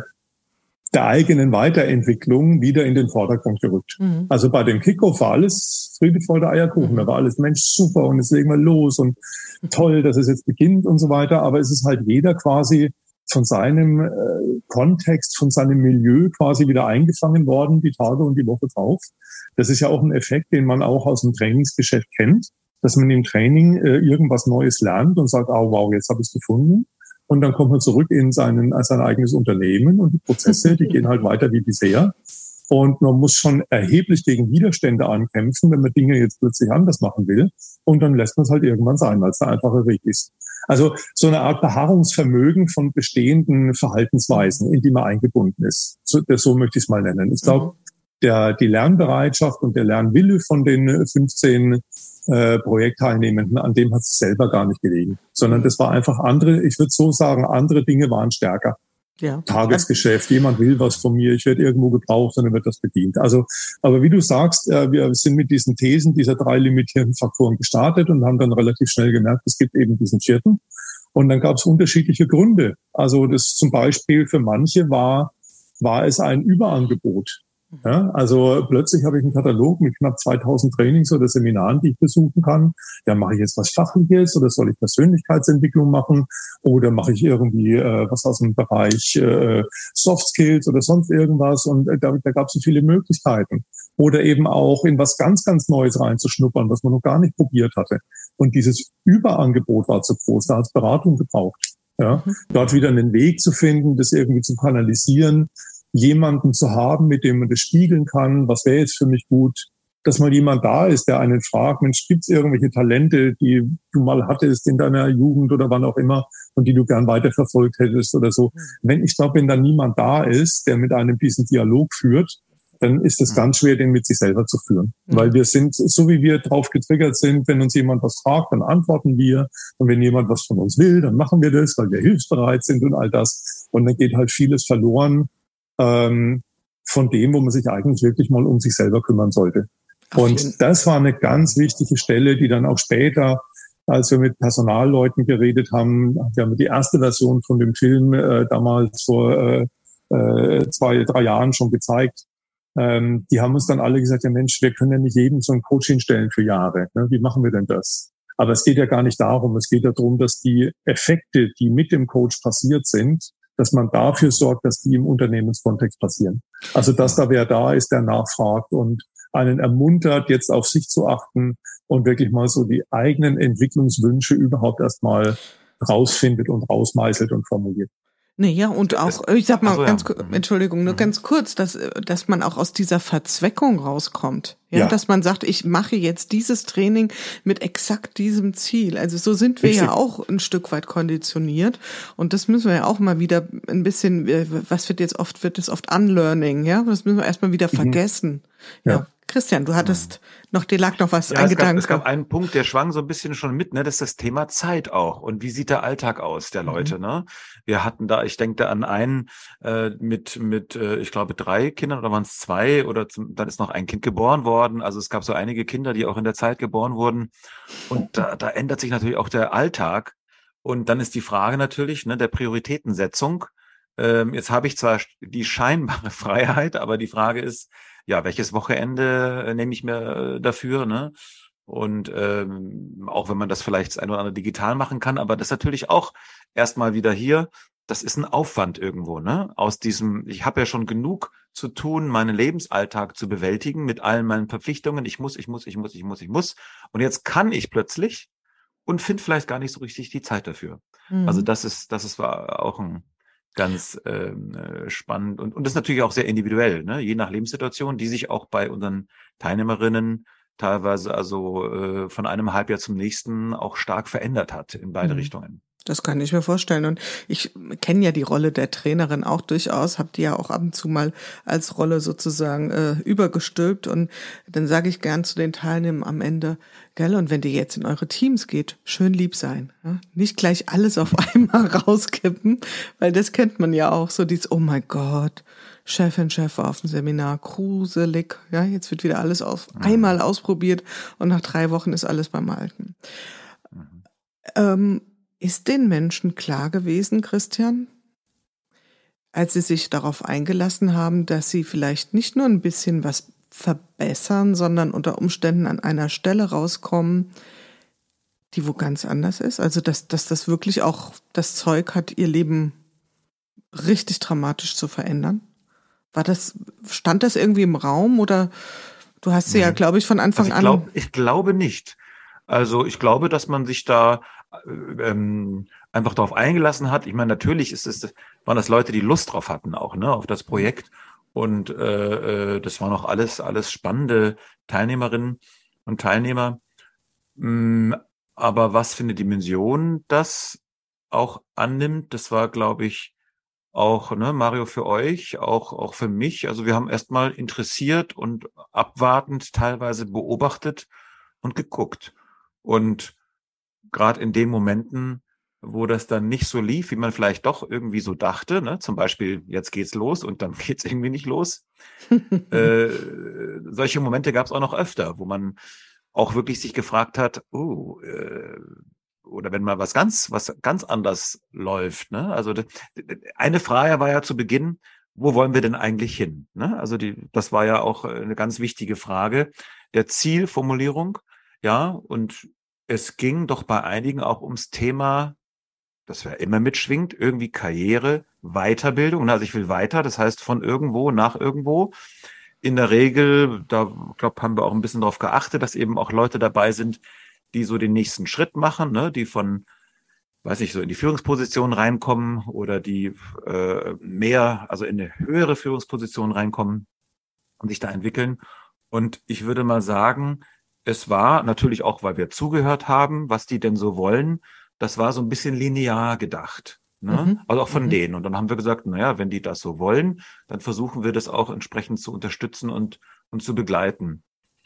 der eigenen Weiterentwicklung wieder in den Vordergrund gerückt. Mhm. Also bei dem Kickoff war alles Friede, Freude, Eierkuchen. Mhm. Da war alles, Mensch, super, und jetzt legen wir los und toll, dass es jetzt beginnt und so weiter. Aber es ist halt jeder quasi von seinem äh, Kontext, von seinem Milieu quasi wieder eingefangen worden, die Tage und die Woche drauf. Das ist ja auch ein Effekt, den man auch aus dem Trainingsgeschäft kennt, dass man im Training äh, irgendwas Neues lernt und sagt, oh wow, jetzt habe ich es gefunden. Und dann kommt man zurück in seinen, sein eigenes Unternehmen und die Prozesse, die gehen halt weiter wie bisher. Und man muss schon erheblich gegen Widerstände ankämpfen, wenn man Dinge jetzt plötzlich anders machen will. Und dann lässt man es halt irgendwann sein, weil es der einfache Weg ist. Also so eine Art Beharrungsvermögen von bestehenden Verhaltensweisen, in die man eingebunden ist. So, das, so möchte ich es mal nennen. Ich glaube, der, die Lernbereitschaft und der Lernwille von den fünfzehn äh, Projektteilnehmenden, an dem hat es selber gar nicht gelegen. Sondern das war einfach andere, ich würde so sagen, andere Dinge waren stärker. Ja. Tagesgeschäft, jemand will was von mir, ich werde irgendwo gebraucht und dann wird das bedient. Also, aber wie du sagst, äh, wir sind mit diesen Thesen dieser drei limitierenden Faktoren gestartet und haben dann relativ schnell gemerkt, es gibt eben diesen vierten. Und dann gab es unterschiedliche Gründe. Also das zum Beispiel für manche war, war es ein Überangebot. Ja, also plötzlich habe ich einen Katalog mit knapp zweitausend Trainings oder Seminaren, die ich besuchen kann. Ja, mache ich jetzt was Fachliches oder soll ich Persönlichkeitsentwicklung machen oder mache ich irgendwie äh, was aus dem Bereich äh, Soft Skills oder sonst irgendwas? Und äh, da, da gab es so viele Möglichkeiten. Oder eben auch in was ganz, ganz Neues reinzuschnuppern, was man noch gar nicht probiert hatte. Und dieses Überangebot war zu groß, da hat es Beratung gebraucht. Ja, mhm. Dort wieder einen Weg zu finden, das irgendwie zu kanalisieren, jemanden zu haben, mit dem man das spiegeln kann, was wäre jetzt für mich gut, dass mal jemand da ist, der einen fragt, Mensch, gibt es irgendwelche Talente, die du mal hattest in deiner Jugend oder wann auch immer und die du gern weiterverfolgt hättest oder so. Wenn ich glaube, wenn da niemand da ist, der mit einem diesen Dialog führt, dann ist es ganz schwer, den mit sich selber zu führen. Mhm. Weil wir sind, so wie wir drauf getriggert sind, wenn uns jemand was fragt, dann antworten wir. Und wenn jemand was von uns will, dann machen wir das, weil wir hilfsbereit sind und all das. Und dann geht halt vieles verloren, von dem, wo man sich eigentlich wirklich mal um sich selber kümmern sollte. Und das war eine ganz wichtige Stelle, die dann auch später, als wir mit Personalleuten geredet haben, wir haben die erste Version von dem Film äh, damals vor äh, zwei, drei Jahren schon gezeigt. Ähm, die haben uns dann alle gesagt, ja Mensch, wir können ja nicht jedem so ein Coaching stellen für Jahre. Ne? Wie machen wir denn das? Aber es geht ja gar nicht darum. Es geht ja darum, dass die Effekte, die mit dem Coach passiert sind, dass man dafür sorgt, dass die im Unternehmenskontext passieren. Also dass da wer da ist, der nachfragt und einen ermuntert, jetzt auf sich zu achten und wirklich mal so die eigenen Entwicklungswünsche überhaupt erstmal rausfindet und rausmeißelt und formuliert. Nee, ja, und auch, ich sag mal, also, ganz, ja. Entschuldigung, nur mhm. ganz kurz, dass, dass man auch aus dieser Verzweckung rauskommt. Ja, ja. Dass man sagt, ich mache jetzt dieses Training mit exakt diesem Ziel. Also so sind wir Richtig. ja auch ein Stück weit konditioniert. Und das müssen wir ja auch mal wieder ein bisschen, was wird jetzt oft, wird das oft Unlearning, ja? Das müssen wir erstmal wieder mhm. vergessen. Ja. ja. Christian, du hattest noch, dir lag noch was, ja, ein es Gedanke. Gab, es gab einen Punkt, der schwang so ein bisschen schon mit, ne? Das ist das Thema Zeit auch. Und wie sieht der Alltag aus der Leute, mhm. ne? Wir hatten da, ich denke da an einen äh, mit, mit äh, ich glaube, drei Kindern oder waren es zwei oder zum, dann ist noch ein Kind geboren worden. Also es gab so einige Kinder, die auch in der Zeit geboren wurden. Und da, da ändert sich natürlich auch der Alltag. Und dann ist die Frage natürlich, ne, der Prioritätensetzung. Ähm, jetzt habe ich zwar die scheinbare Freiheit, aber die Frage ist, ja, welches Wochenende äh, nehme ich mir äh, dafür, ne? Und ähm, auch wenn man das vielleicht das ein oder andere digital machen kann, aber das natürlich auch erstmal wieder hier, das ist ein Aufwand irgendwo, ne? Aus diesem, ich habe ja schon genug zu tun, meinen Lebensalltag zu bewältigen mit allen meinen Verpflichtungen. Ich muss, ich muss, ich muss, ich muss, ich muss. Und jetzt kann ich plötzlich und finde vielleicht gar nicht so richtig die Zeit dafür. Mhm. Also das ist, das ist war auch ein ganz ähm, spannend und und das ist natürlich auch sehr individuell, ne? Je nach Lebenssituation, die sich auch bei unseren Teilnehmerinnen teilweise also äh, von einem Halbjahr zum nächsten auch stark verändert hat in beide mhm. Richtungen. Das kann ich mir vorstellen. Und ich kenne ja die Rolle der Trainerin auch durchaus, habe die ja auch ab und zu mal als Rolle sozusagen äh, übergestülpt. Und dann sage ich gern zu den Teilnehmern am Ende, gell, und wenn ihr jetzt in eure Teams geht, schön lieb sein. Ja? Nicht gleich alles auf einmal rauskippen, weil das kennt man ja auch, so dieses, oh mein Gott, Chefin, Chef war auf dem Seminar, gruselig. Ja, jetzt wird wieder alles auf mhm. einmal ausprobiert und nach drei Wochen ist alles beim Alten. Mhm. Ähm, Ist den Menschen klar gewesen, Christian, als sie sich darauf eingelassen haben, dass sie vielleicht nicht nur ein bisschen was verbessern, sondern unter Umständen an einer Stelle rauskommen, die wo ganz anders ist? Also, dass, dass das wirklich auch das Zeug hat, ihr Leben richtig dramatisch zu verändern? War das, stand das irgendwie im Raum oder du hast sie nee. ja, glaube ich, von Anfang also ich glaub, an... Ich glaube nicht. Also ich glaube, dass man sich da ähm, einfach darauf eingelassen hat. Ich meine, natürlich ist es, waren das Leute, die Lust drauf hatten auch, ne, auf das Projekt. Und äh, das waren auch alles, alles spannende Teilnehmerinnen und Teilnehmer. Aber was für eine Dimension das auch annimmt, das war, glaube ich, auch, ne, Mario, für euch, auch, auch für mich. Also wir haben erstmal interessiert und abwartend teilweise beobachtet und geguckt. Und gerade in den Momenten, wo das dann nicht so lief, wie man vielleicht doch irgendwie so dachte, ne? Zum Beispiel, jetzt geht's los und dann geht's irgendwie nicht los. äh, solche Momente gab es auch noch öfter, wo man auch wirklich sich gefragt hat, oh, äh, oder wenn mal was ganz, was ganz anders läuft, ne? Also eine Frage war ja zu Beginn, wo wollen wir denn eigentlich hin? Ne? Also die, das war ja auch eine ganz wichtige Frage der Zielformulierung, ja, und es ging doch bei einigen auch ums Thema, das ja immer mitschwingt, irgendwie Karriere, Weiterbildung. Also ich will weiter, das heißt von irgendwo nach irgendwo. In der Regel, da glaube haben wir auch ein bisschen darauf geachtet, dass eben auch Leute dabei sind, die so den nächsten Schritt machen, ne, die von, weiß ich, so in die Führungsposition reinkommen oder die äh, mehr, also in eine höhere Führungsposition reinkommen und sich da entwickeln. Und ich würde mal sagen, es war natürlich auch, weil wir zugehört haben, was die denn so wollen, das war so ein bisschen linear gedacht, ne? Mhm. Also auch von mhm. denen. Und dann haben wir gesagt, naja, wenn die das so wollen, dann versuchen wir das auch entsprechend zu unterstützen und, und zu begleiten.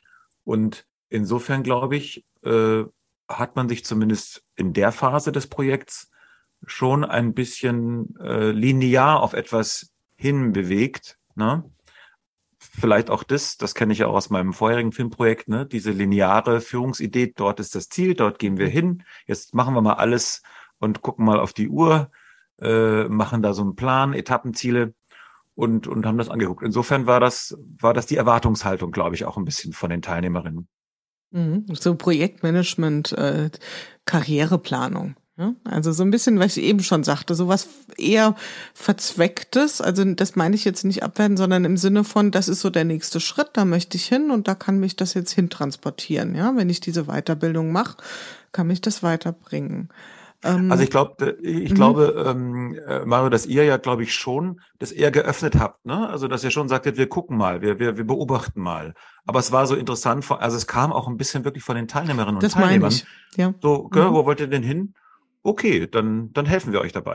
Und insofern, glaube ich, äh, hat man sich zumindest in der Phase des Projekts schon ein bisschen äh, linear auf etwas hinbewegt, ne? Vielleicht auch das, das kenne ich ja auch aus meinem vorherigen Filmprojekt, ne? Diese lineare Führungsidee, dort ist das Ziel, dort gehen wir hin, jetzt machen wir mal alles und gucken mal auf die Uhr, äh, machen da so einen Plan, Etappenziele und und haben das angeguckt. Insofern war das war das die Erwartungshaltung, glaube ich, auch ein bisschen von den Teilnehmerinnen. Mhm. So Projektmanagement, äh, Karriereplanung. Ja, also so ein bisschen, was ich eben schon sagte, sowas eher Verzwecktes, also das meine ich jetzt nicht abwerten, sondern im Sinne von, das ist so der nächste Schritt, da möchte ich hin und da kann mich das jetzt hin transportieren. Ja, wenn ich diese Weiterbildung mache, kann mich das weiterbringen. Ähm, also ich glaube, ich m- glaube, ähm, Mario, dass ihr ja, glaube ich, schon das eher geöffnet habt, ne? Also dass ihr schon sagtet, wir gucken mal, wir wir wir beobachten mal. Aber es war so interessant, also es kam auch ein bisschen wirklich von den Teilnehmerinnen und das Teilnehmern. Meine ich. Ja. So, gell, Mhm. wo wollt ihr denn hin? Okay, dann, dann helfen wir euch dabei.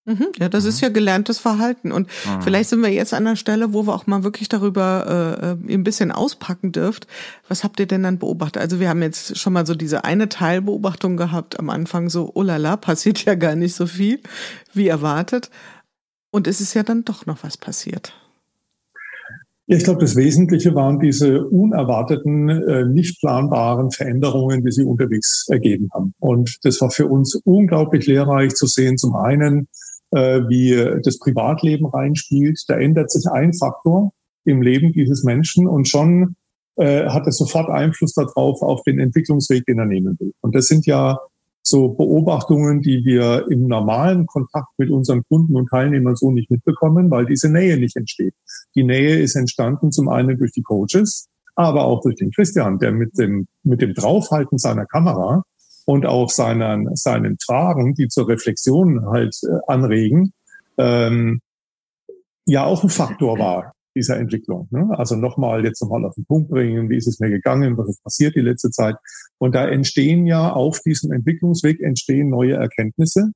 Mhm, ja, das mhm. ist ja gelerntes Verhalten. Und mhm. vielleicht sind wir jetzt an der Stelle, wo wir auch mal wirklich darüber äh, ein bisschen auspacken dürft. Was habt ihr denn dann beobachtet? Also wir haben jetzt schon mal so diese eine Teilbeobachtung gehabt am Anfang, so, oh la la, passiert ja gar nicht so viel, wie erwartet. Und es ist ja dann doch noch was passiert. Ja, ich glaube, das Wesentliche waren diese unerwarteten, äh, nicht planbaren Veränderungen, die sich unterwegs ergeben haben. Und das war für uns unglaublich lehrreich zu sehen. Zum einen, äh, wie das Privatleben reinspielt. Da ändert sich ein Faktor im Leben dieses Menschen und schon äh, hat es sofort Einfluss darauf, auf den Entwicklungsweg, den er nehmen will. Und das sind ja so Beobachtungen, die wir im normalen Kontakt mit unseren Kunden und Teilnehmern so nicht mitbekommen, weil diese Nähe nicht entsteht. Die Nähe ist entstanden zum einen durch die Coaches, aber auch durch den Christian, der mit dem, mit dem Draufhalten seiner Kamera und auch seinen, seinen Fragen, die zur Reflexion halt äh, anregen, ähm, ja auch ein Faktor war dieser Entwicklung. Ne? Also nochmal, jetzt nochmal auf den Punkt bringen, wie ist es mir gegangen, was ist passiert die letzte Zeit. Und da entstehen ja auf diesem Entwicklungsweg entstehen neue Erkenntnisse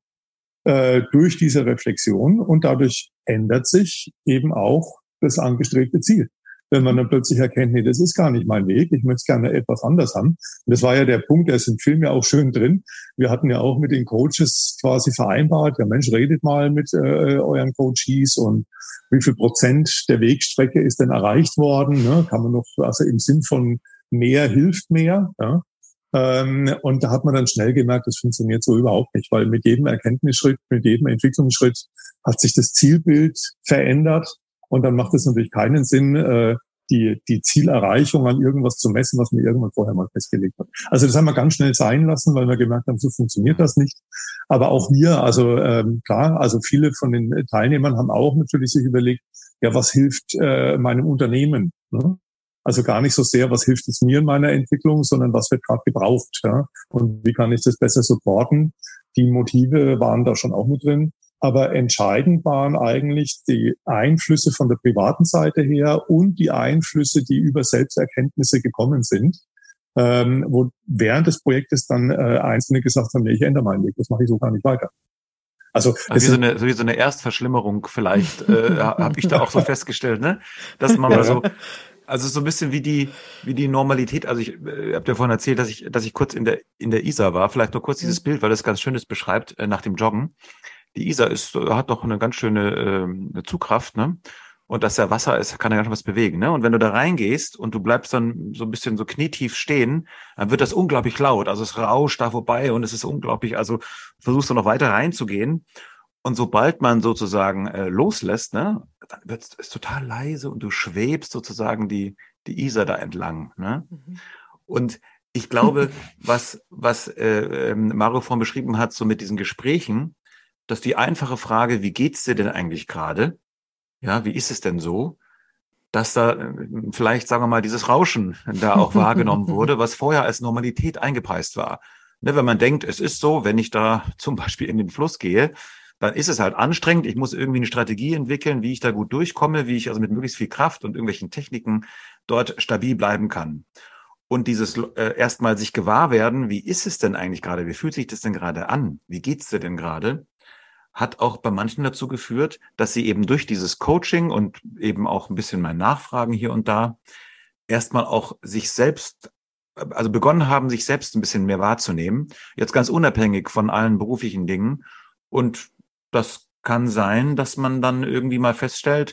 äh, durch diese Reflexion und dadurch ändert sich eben auch das angestrebte Ziel. Wenn man dann plötzlich erkennt, nee, das ist gar nicht mein Weg, ich möchte es gerne etwas anders haben. Und das war ja der Punkt, der ist im Film ja auch schön drin. Wir hatten ja auch mit den Coaches quasi vereinbart, ja Mensch, redet mal mit äh, euren Coaches und wie viel Prozent der Wegstrecke ist denn erreicht worden? Ne? Kann man noch, also im Sinn von mehr hilft mehr. Ja? Ähm, und da hat man dann schnell gemerkt, das funktioniert so überhaupt nicht, weil mit jedem Erkenntnisschritt, mit jedem Entwicklungsschritt hat sich das Zielbild verändert. Und dann macht es natürlich keinen Sinn, äh, die, die Zielerreichung an irgendwas zu messen, was man irgendwann vorher mal festgelegt hat. Also das haben wir ganz schnell sein lassen, weil wir gemerkt haben, so funktioniert das nicht. Aber auch wir, also ähm, klar, also viele von den Teilnehmern haben auch natürlich sich überlegt, ja, was hilft äh, meinem Unternehmen? Ne? Also gar nicht so sehr, was hilft es mir in meiner Entwicklung, sondern was wird gerade gebraucht? Ja? Und wie kann ich das besser supporten? Die Motive waren da schon auch mit drin. Aber entscheidend waren eigentlich die Einflüsse von der privaten Seite her und die Einflüsse, die über Selbsterkenntnisse gekommen sind, ähm, wo während des Projektes dann äh, Einzelne gesagt haben, nee, ich ändere meinen Weg, das mache ich so gar nicht weiter. Also, also wie, so eine, so wie so eine Erstverschlimmerung vielleicht, äh, habe ich da auch so festgestellt, ne? Dass man mal so, also so ein bisschen wie die wie die Normalität. Also ich äh, habe dir vorhin erzählt, dass ich dass ich kurz in der in der Isar war. Vielleicht nur kurz dieses Bild, weil das ganz schönes beschreibt äh, nach dem Joggen. Die Isar ist, hat doch eine ganz schöne äh, eine Zugkraft, ne? Und dass ja Wasser ist, kann ja ganz schön was bewegen, ne? Und wenn du da reingehst und du bleibst dann so ein bisschen so knietief stehen, dann wird das unglaublich laut. Also es rauscht da vorbei und es ist unglaublich, also versuchst du noch weiter reinzugehen. Und sobald man sozusagen äh, loslässt, ne, dann wird es total leise und du schwebst sozusagen die, die Isar da entlang, ne? Mhm. Und ich glaube, was, was äh, Mario vorhin beschrieben hat, so mit diesen Gesprächen, dass die einfache Frage, wie geht's dir denn eigentlich gerade? Ja, wie ist es denn so? Dass da äh, vielleicht, sagen wir mal, dieses Rauschen da auch wahrgenommen wurde, was vorher als Normalität eingepreist war. Ne, wenn man denkt, es ist so, wenn ich da zum Beispiel in den Fluss gehe, dann ist es halt anstrengend. Ich muss irgendwie eine Strategie entwickeln, wie ich da gut durchkomme, wie ich also mit möglichst viel Kraft und irgendwelchen Techniken dort stabil bleiben kann. Und dieses äh, erstmal sich gewahr werden, wie ist es denn eigentlich gerade? Wie fühlt sich das denn gerade an? Wie geht's dir denn gerade? Hat auch bei manchen dazu geführt, dass sie eben durch dieses Coaching und eben auch ein bisschen mein Nachfragen hier und da erstmal auch sich selbst, also begonnen haben, sich selbst ein bisschen mehr wahrzunehmen. Jetzt ganz unabhängig von allen beruflichen Dingen. Und das kann sein, dass man dann irgendwie mal feststellt,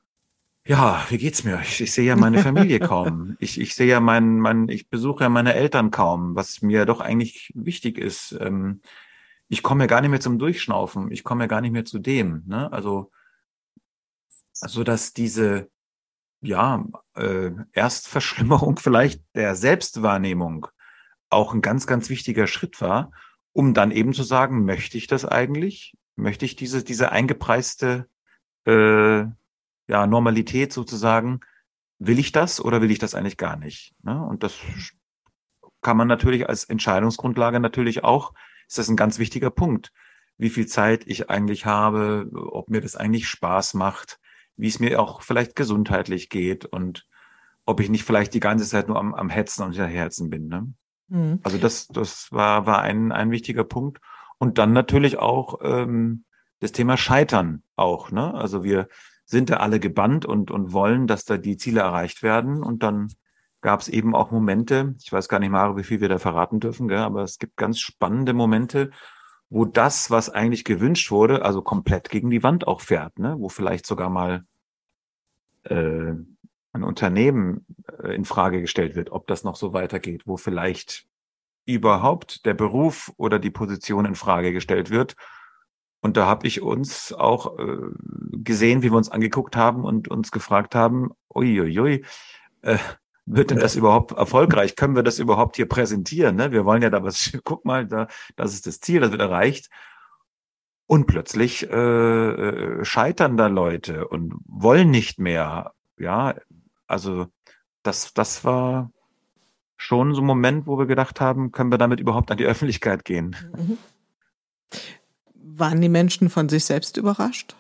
ja, wie geht's mir? Ich, ich sehe ja meine Familie kaum. Ich, ich sehe ja mein, mein, ich besuche ja meine Eltern kaum, was mir doch eigentlich wichtig ist. Ähm, ich komme ja gar nicht mehr zum Durchschnaufen. Ich komme ja gar nicht mehr zu dem. Ne? Also, also dass diese, ja, äh, Erstverschlimmerung vielleicht der Selbstwahrnehmung auch ein ganz, ganz wichtiger Schritt war, um dann eben zu sagen, möchte ich das eigentlich? Möchte ich diese, diese eingepreiste äh, ja, Normalität sozusagen, will ich das oder will ich das eigentlich gar nicht? Ne? Und das kann man natürlich als Entscheidungsgrundlage natürlich auch, ist das ein ganz wichtiger Punkt, wie viel Zeit ich eigentlich habe, ob mir das eigentlich Spaß macht, wie es mir auch vielleicht gesundheitlich geht und ob ich nicht vielleicht die ganze Zeit nur am, am Hetzen und Hinterherzen bin. Ne? Mhm. Also das, das war, war ein, ein wichtiger Punkt. Und dann natürlich auch, ähm, das Thema Scheitern auch, ne? Also wir sind da alle gebannt und, und wollen, dass da die Ziele erreicht werden. Und dann gab es eben auch Momente, ich weiß gar nicht mal, wie viel wir da verraten dürfen, gell, aber es gibt ganz spannende Momente, wo das, was eigentlich gewünscht wurde, also komplett gegen die Wand auch fährt, ne? Wo vielleicht sogar mal äh, ein Unternehmen äh, in Frage gestellt wird, ob das noch so weitergeht, wo vielleicht überhaupt der Beruf oder die Position in Frage gestellt wird. Und da habe ich uns auch äh, gesehen, wie wir uns angeguckt haben und uns gefragt haben, uiuiui, äh, wird denn das überhaupt erfolgreich? Können wir das überhaupt hier präsentieren? Ne? Wir wollen ja da was, guck mal, da, das ist das Ziel, das wird erreicht. Und plötzlich äh, scheitern da Leute und wollen nicht mehr. Ja, also das, das war schon so ein Moment, wo wir gedacht haben, können wir damit überhaupt an die Öffentlichkeit gehen? Mhm. Waren die Menschen von sich selbst überrascht?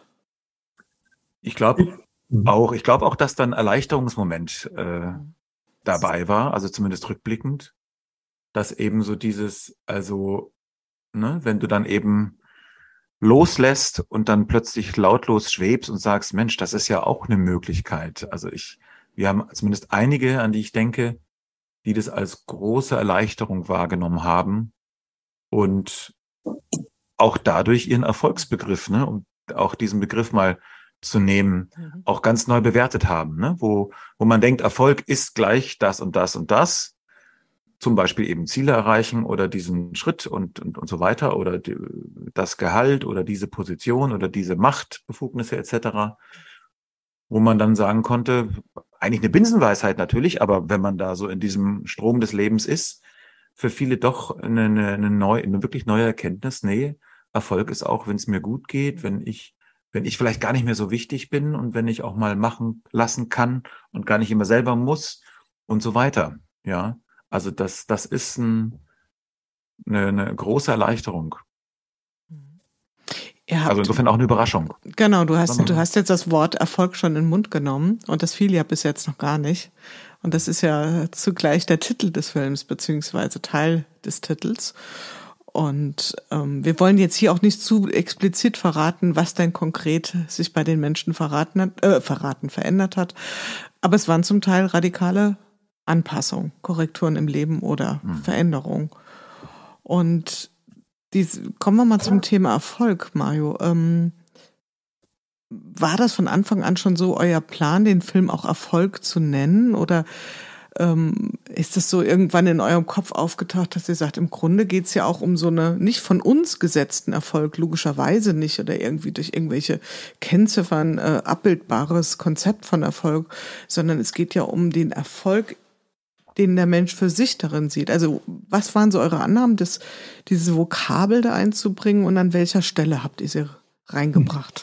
Ich glaube auch, ich glaube auch, dass dann ein Erleichterungsmoment äh, dabei war, also zumindest rückblickend, dass eben so dieses, also, ne, wenn du dann eben loslässt und dann plötzlich lautlos schwebst und sagst, Mensch, das ist ja auch eine Möglichkeit. Also ich, wir haben zumindest einige, an die ich denke, die das als große Erleichterung wahrgenommen haben und auch dadurch ihren Erfolgsbegriff, ne, um auch diesen Begriff mal zu nehmen, mhm. auch ganz neu bewertet haben, ne, wo, wo man denkt, Erfolg ist gleich das und das und das, zum Beispiel eben Ziele erreichen oder diesen Schritt und, und, und so weiter oder die, das Gehalt oder diese Position oder diese Machtbefugnisse et cetera, wo man dann sagen konnte, eigentlich eine Binsenweisheit natürlich, aber wenn man da so in diesem Strom des Lebens ist, für viele doch eine, eine, eine, neue, eine wirklich neue Erkenntnis, nee, Erfolg ist auch, wenn es mir gut geht, wenn ich, wenn ich vielleicht gar nicht mehr so wichtig bin und wenn ich auch mal machen lassen kann und gar nicht immer selber muss und so weiter. Ja, also das, das ist ein, eine, eine große Erleichterung. Habt, also insofern auch eine Überraschung. Genau, du hast, du hast jetzt das Wort Erfolg schon in den Mund genommen und das fiel ja bis jetzt noch gar nicht. Und das ist ja zugleich der Titel des Films, beziehungsweise Teil des Titels. Und ähm, wir wollen jetzt hier auch nicht zu explizit verraten, was denn konkret sich bei den Menschen verraten hat, äh, verraten, verändert hat. Aber es waren zum Teil radikale Anpassungen, Korrekturen im Leben oder hm. Veränderungen. Und diese, kommen wir mal zum Thema Erfolg, Mario. Ähm, war das von Anfang an schon so euer Plan, den Film auch Erfolg zu nennen? Oder ähm, ist es so irgendwann in eurem Kopf aufgetaucht, dass ihr sagt, im Grunde geht's ja auch um so eine nicht von uns gesetzten Erfolg, logischerweise nicht, oder irgendwie durch irgendwelche Kennziffern äh, abbildbares Konzept von Erfolg, sondern es geht ja um den Erfolg, den der Mensch für sich darin sieht. Also was waren so eure Annahmen, das, dieses Vokabel da einzubringen und an welcher Stelle habt ihr sie reingebracht?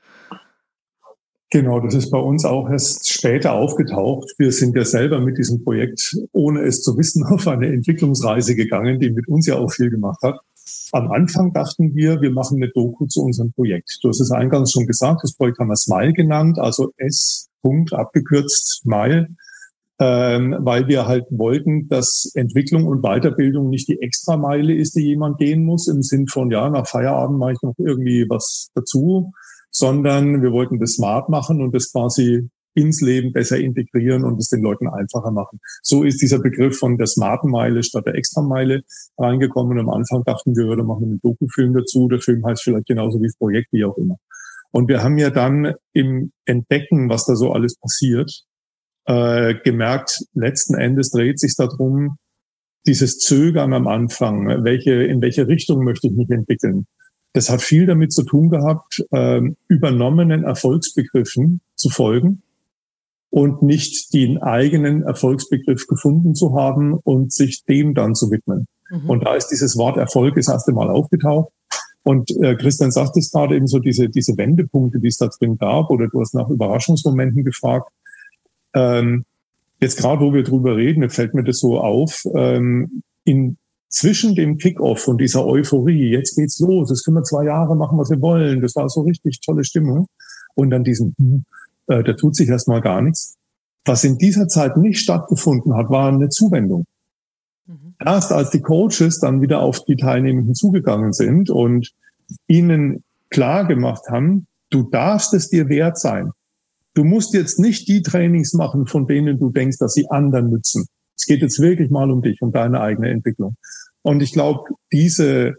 Genau, das ist bei uns auch erst später aufgetaucht. Wir sind ja selber mit diesem Projekt, ohne es zu wissen, auf eine Entwicklungsreise gegangen, die mit uns ja auch viel gemacht hat. Am Anfang dachten wir, wir machen eine Doku zu unserem Projekt. Du hast es eingangs schon gesagt, das Projekt haben wir SMILE genannt, also S. Punkt, abgekürzt SMILE. Ähm, weil wir halt wollten, dass Entwicklung und Weiterbildung nicht die Extrameile ist, die jemand gehen muss, im Sinn von, ja, nach Feierabend mache ich noch irgendwie was dazu, sondern wir wollten das smart machen und das quasi ins Leben besser integrieren und es den Leuten einfacher machen. So ist dieser Begriff von der smarten Meile statt der Extrameile reingekommen. Und am Anfang dachten wir, wir machen einen Dokufilm dazu. Der Film heißt vielleicht genauso wie das Projekt, wie auch immer. Und wir haben ja dann im Entdecken, was da so alles passiert, Äh, gemerkt, letzten Endes dreht sich darum, dieses Zögern am Anfang, welche, in welche Richtung möchte ich mich entwickeln. Das hat viel damit zu tun gehabt, äh, übernommenen Erfolgsbegriffen zu folgen und nicht den eigenen Erfolgsbegriff gefunden zu haben und sich dem dann zu widmen. Mhm. Und da ist dieses Wort Erfolg das erste Mal aufgetaucht. Und äh, Christian sagt es gerade eben so, diese, diese Wendepunkte, die es da drin gab, oder du hast nach Überraschungsmomenten gefragt. Ähm, jetzt gerade, wo wir drüber reden, fällt mir das so auf, ähm, in, zwischen dem Kick-Off und dieser Euphorie, jetzt geht's los, jetzt können wir zwei Jahre machen, was wir wollen, das war so richtig tolle Stimmung, und dann diesen, äh, da tut sich erstmal gar nichts. Was in dieser Zeit nicht stattgefunden hat, war eine Zuwendung. Mhm. Erst als die Coaches dann wieder auf die Teilnehmenden zugegangen sind und ihnen klar gemacht haben, du darfst es dir wert sein. Du musst jetzt nicht die Trainings machen, von denen du denkst, dass sie anderen nützen. Es geht jetzt wirklich mal um dich, um deine eigene Entwicklung. Und ich glaube, diese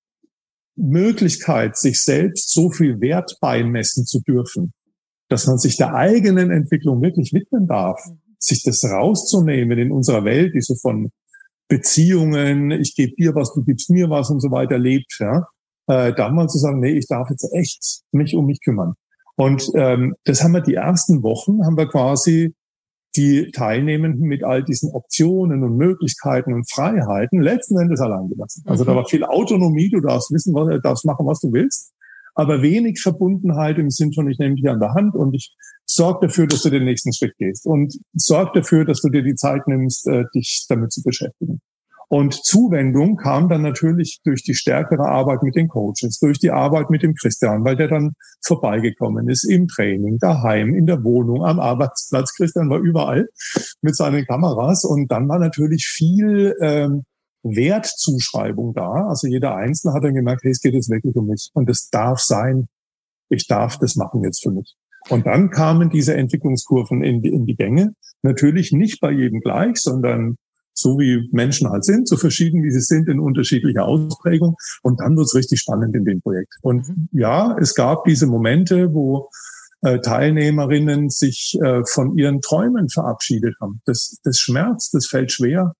Möglichkeit, sich selbst so viel Wert beimessen zu dürfen, dass man sich der eigenen Entwicklung wirklich widmen darf, sich das rauszunehmen in unserer Welt, die so von Beziehungen, ich gebe dir was, du gibst mir was und so weiter lebt, ja, äh, da mal zu sagen, nee, ich darf jetzt echt mich um mich kümmern. Und ähm, das haben wir die ersten Wochen, haben wir quasi die Teilnehmenden mit all diesen Optionen und Möglichkeiten und Freiheiten letzten Endes allein gelassen. Also mhm. da war viel Autonomie, du darfst wissen, was, du darfst machen, was du willst, aber wenig Verbundenheit im Sinn von, ich nehme dich an der Hand und ich sorge dafür, dass du den nächsten Schritt gehst und sorge dafür, dass du dir die Zeit nimmst, dich damit zu beschäftigen. Und Zuwendung kam dann natürlich durch die stärkere Arbeit mit den Coaches, durch die Arbeit mit dem Christian, weil der dann vorbeigekommen ist im Training, daheim, in der Wohnung, am Arbeitsplatz. Christian war überall mit seinen Kameras und dann war natürlich viel ähm, Wertzuschreibung da. Also jeder Einzelne hat dann gemerkt, hey, es geht jetzt wirklich um mich und das darf sein. Ich darf das machen jetzt für mich. Und dann kamen diese Entwicklungskurven in die, in die Gänge. Natürlich nicht bei jedem gleich, sondern so wie Menschen halt sind, so verschieden wie sie sind, in unterschiedlicher Ausprägung. Und dann wird's richtig spannend in dem Projekt. Und ja, es gab diese Momente, wo äh, Teilnehmerinnen sich äh, von ihren Träumen verabschiedet haben. Das, das schmerzt, das fällt schwer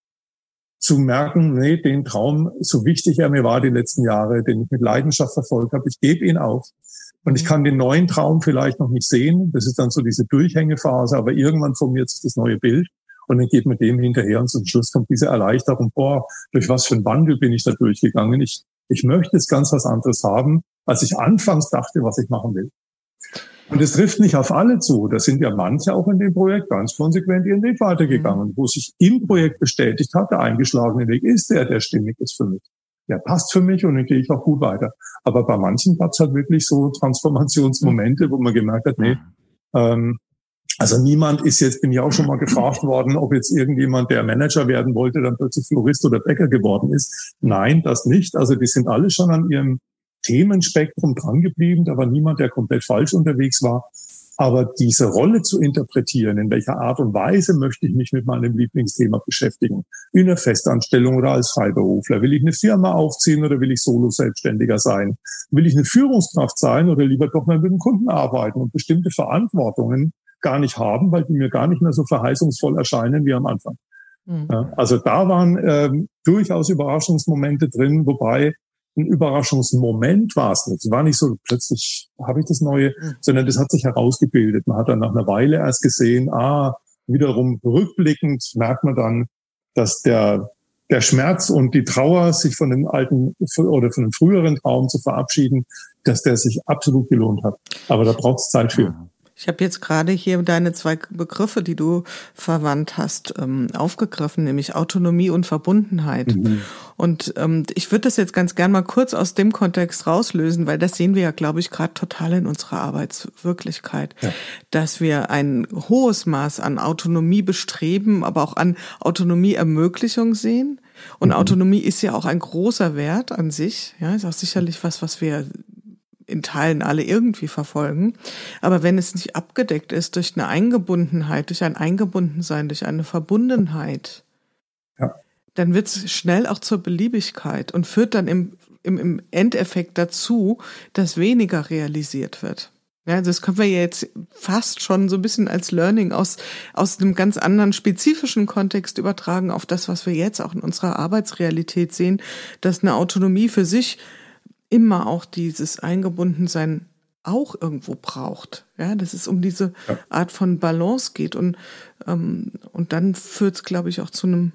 zu merken, nee, den Traum, so wichtig er mir war die letzten Jahre, den ich mit Leidenschaft verfolgt habe, ich gebe ihn auf. Und ich kann den neuen Traum vielleicht noch nicht sehen. Das ist dann so diese Durchhängephase, aber irgendwann formiert sich das neue Bild. Und dann geht man dem hinterher und zum Schluss kommt diese Erleichterung, boah, durch was für einen Wandel bin ich da durchgegangen. Ich, ich möchte jetzt ganz was anderes haben, als ich anfangs dachte, was ich machen will. Und es trifft nicht auf alle zu. Da sind ja manche auch in dem Projekt ganz konsequent ihren Weg weitergegangen, mhm. wo sich im Projekt bestätigt hat, der eingeschlagene Weg ist der, der stimmig ist für mich. Der passt für mich und dann gehe ich auch gut weiter. Aber bei manchen gab es halt wirklich so Transformationsmomente, wo man gemerkt hat, nee, ähm, also niemand ist jetzt, bin ich auch schon mal gefragt worden, ob jetzt irgendjemand, der Manager werden wollte, dann plötzlich Florist oder Bäcker geworden ist. Nein, das nicht. Also die sind alle schon an ihrem Themenspektrum dran geblieben. Da war niemand, der komplett falsch unterwegs war. Aber diese Rolle zu interpretieren, in welcher Art und Weise möchte ich mich mit meinem Lieblingsthema beschäftigen, in einer Festanstellung oder als Freiberufler, will ich eine Firma aufziehen oder will ich Solo-Selbstständiger sein? Will ich eine Führungskraft sein oder lieber doch mal mit dem Kunden arbeiten und bestimmte Verantwortungen gar nicht haben, weil die mir gar nicht mehr so verheißungsvoll erscheinen wie am Anfang. Mhm. Ja, also da waren ähm, durchaus Überraschungsmomente drin, wobei ein Überraschungsmoment war es nicht. Es war nicht so, plötzlich habe ich das Neue, mhm. sondern das hat sich herausgebildet. Man hat dann nach einer Weile erst gesehen, ah, wiederum rückblickend merkt man dann, dass der der Schmerz und die Trauer, sich von dem alten oder von dem früheren Traum zu verabschieden, dass der sich absolut gelohnt hat. Aber da braucht es Zeit für. Ich habe jetzt gerade hier deine zwei Begriffe, die du verwandt hast, ähm, aufgegriffen, nämlich Autonomie und Verbundenheit. Mhm. Und ähm, ich würde das jetzt ganz gern mal kurz aus dem Kontext rauslösen, weil das sehen wir ja, glaube ich, gerade total in unserer Arbeitswirklichkeit, ja. dass wir ein hohes Maß an Autonomie bestreben, aber auch an Autonomieermöglichung sehen. Und mhm. Autonomie ist ja auch ein großer Wert an sich. Ja, ist auch sicherlich was, was wir in Teilen alle irgendwie verfolgen. Aber wenn es nicht abgedeckt ist durch eine Eingebundenheit, durch ein Eingebundensein, durch eine Verbundenheit, ja. dann wird es schnell auch zur Beliebigkeit und führt dann im, im, im Endeffekt dazu, dass weniger realisiert wird. Ja, also das können wir jetzt fast schon so ein bisschen als Learning aus, aus einem ganz anderen spezifischen Kontext übertragen auf das, was wir jetzt auch in unserer Arbeitsrealität sehen, dass eine Autonomie für sich immer auch dieses Eingebundensein auch irgendwo braucht. Ja, dass es um diese ja. Art von Balance geht und ähm, und dann führt es, glaube ich, auch zu einem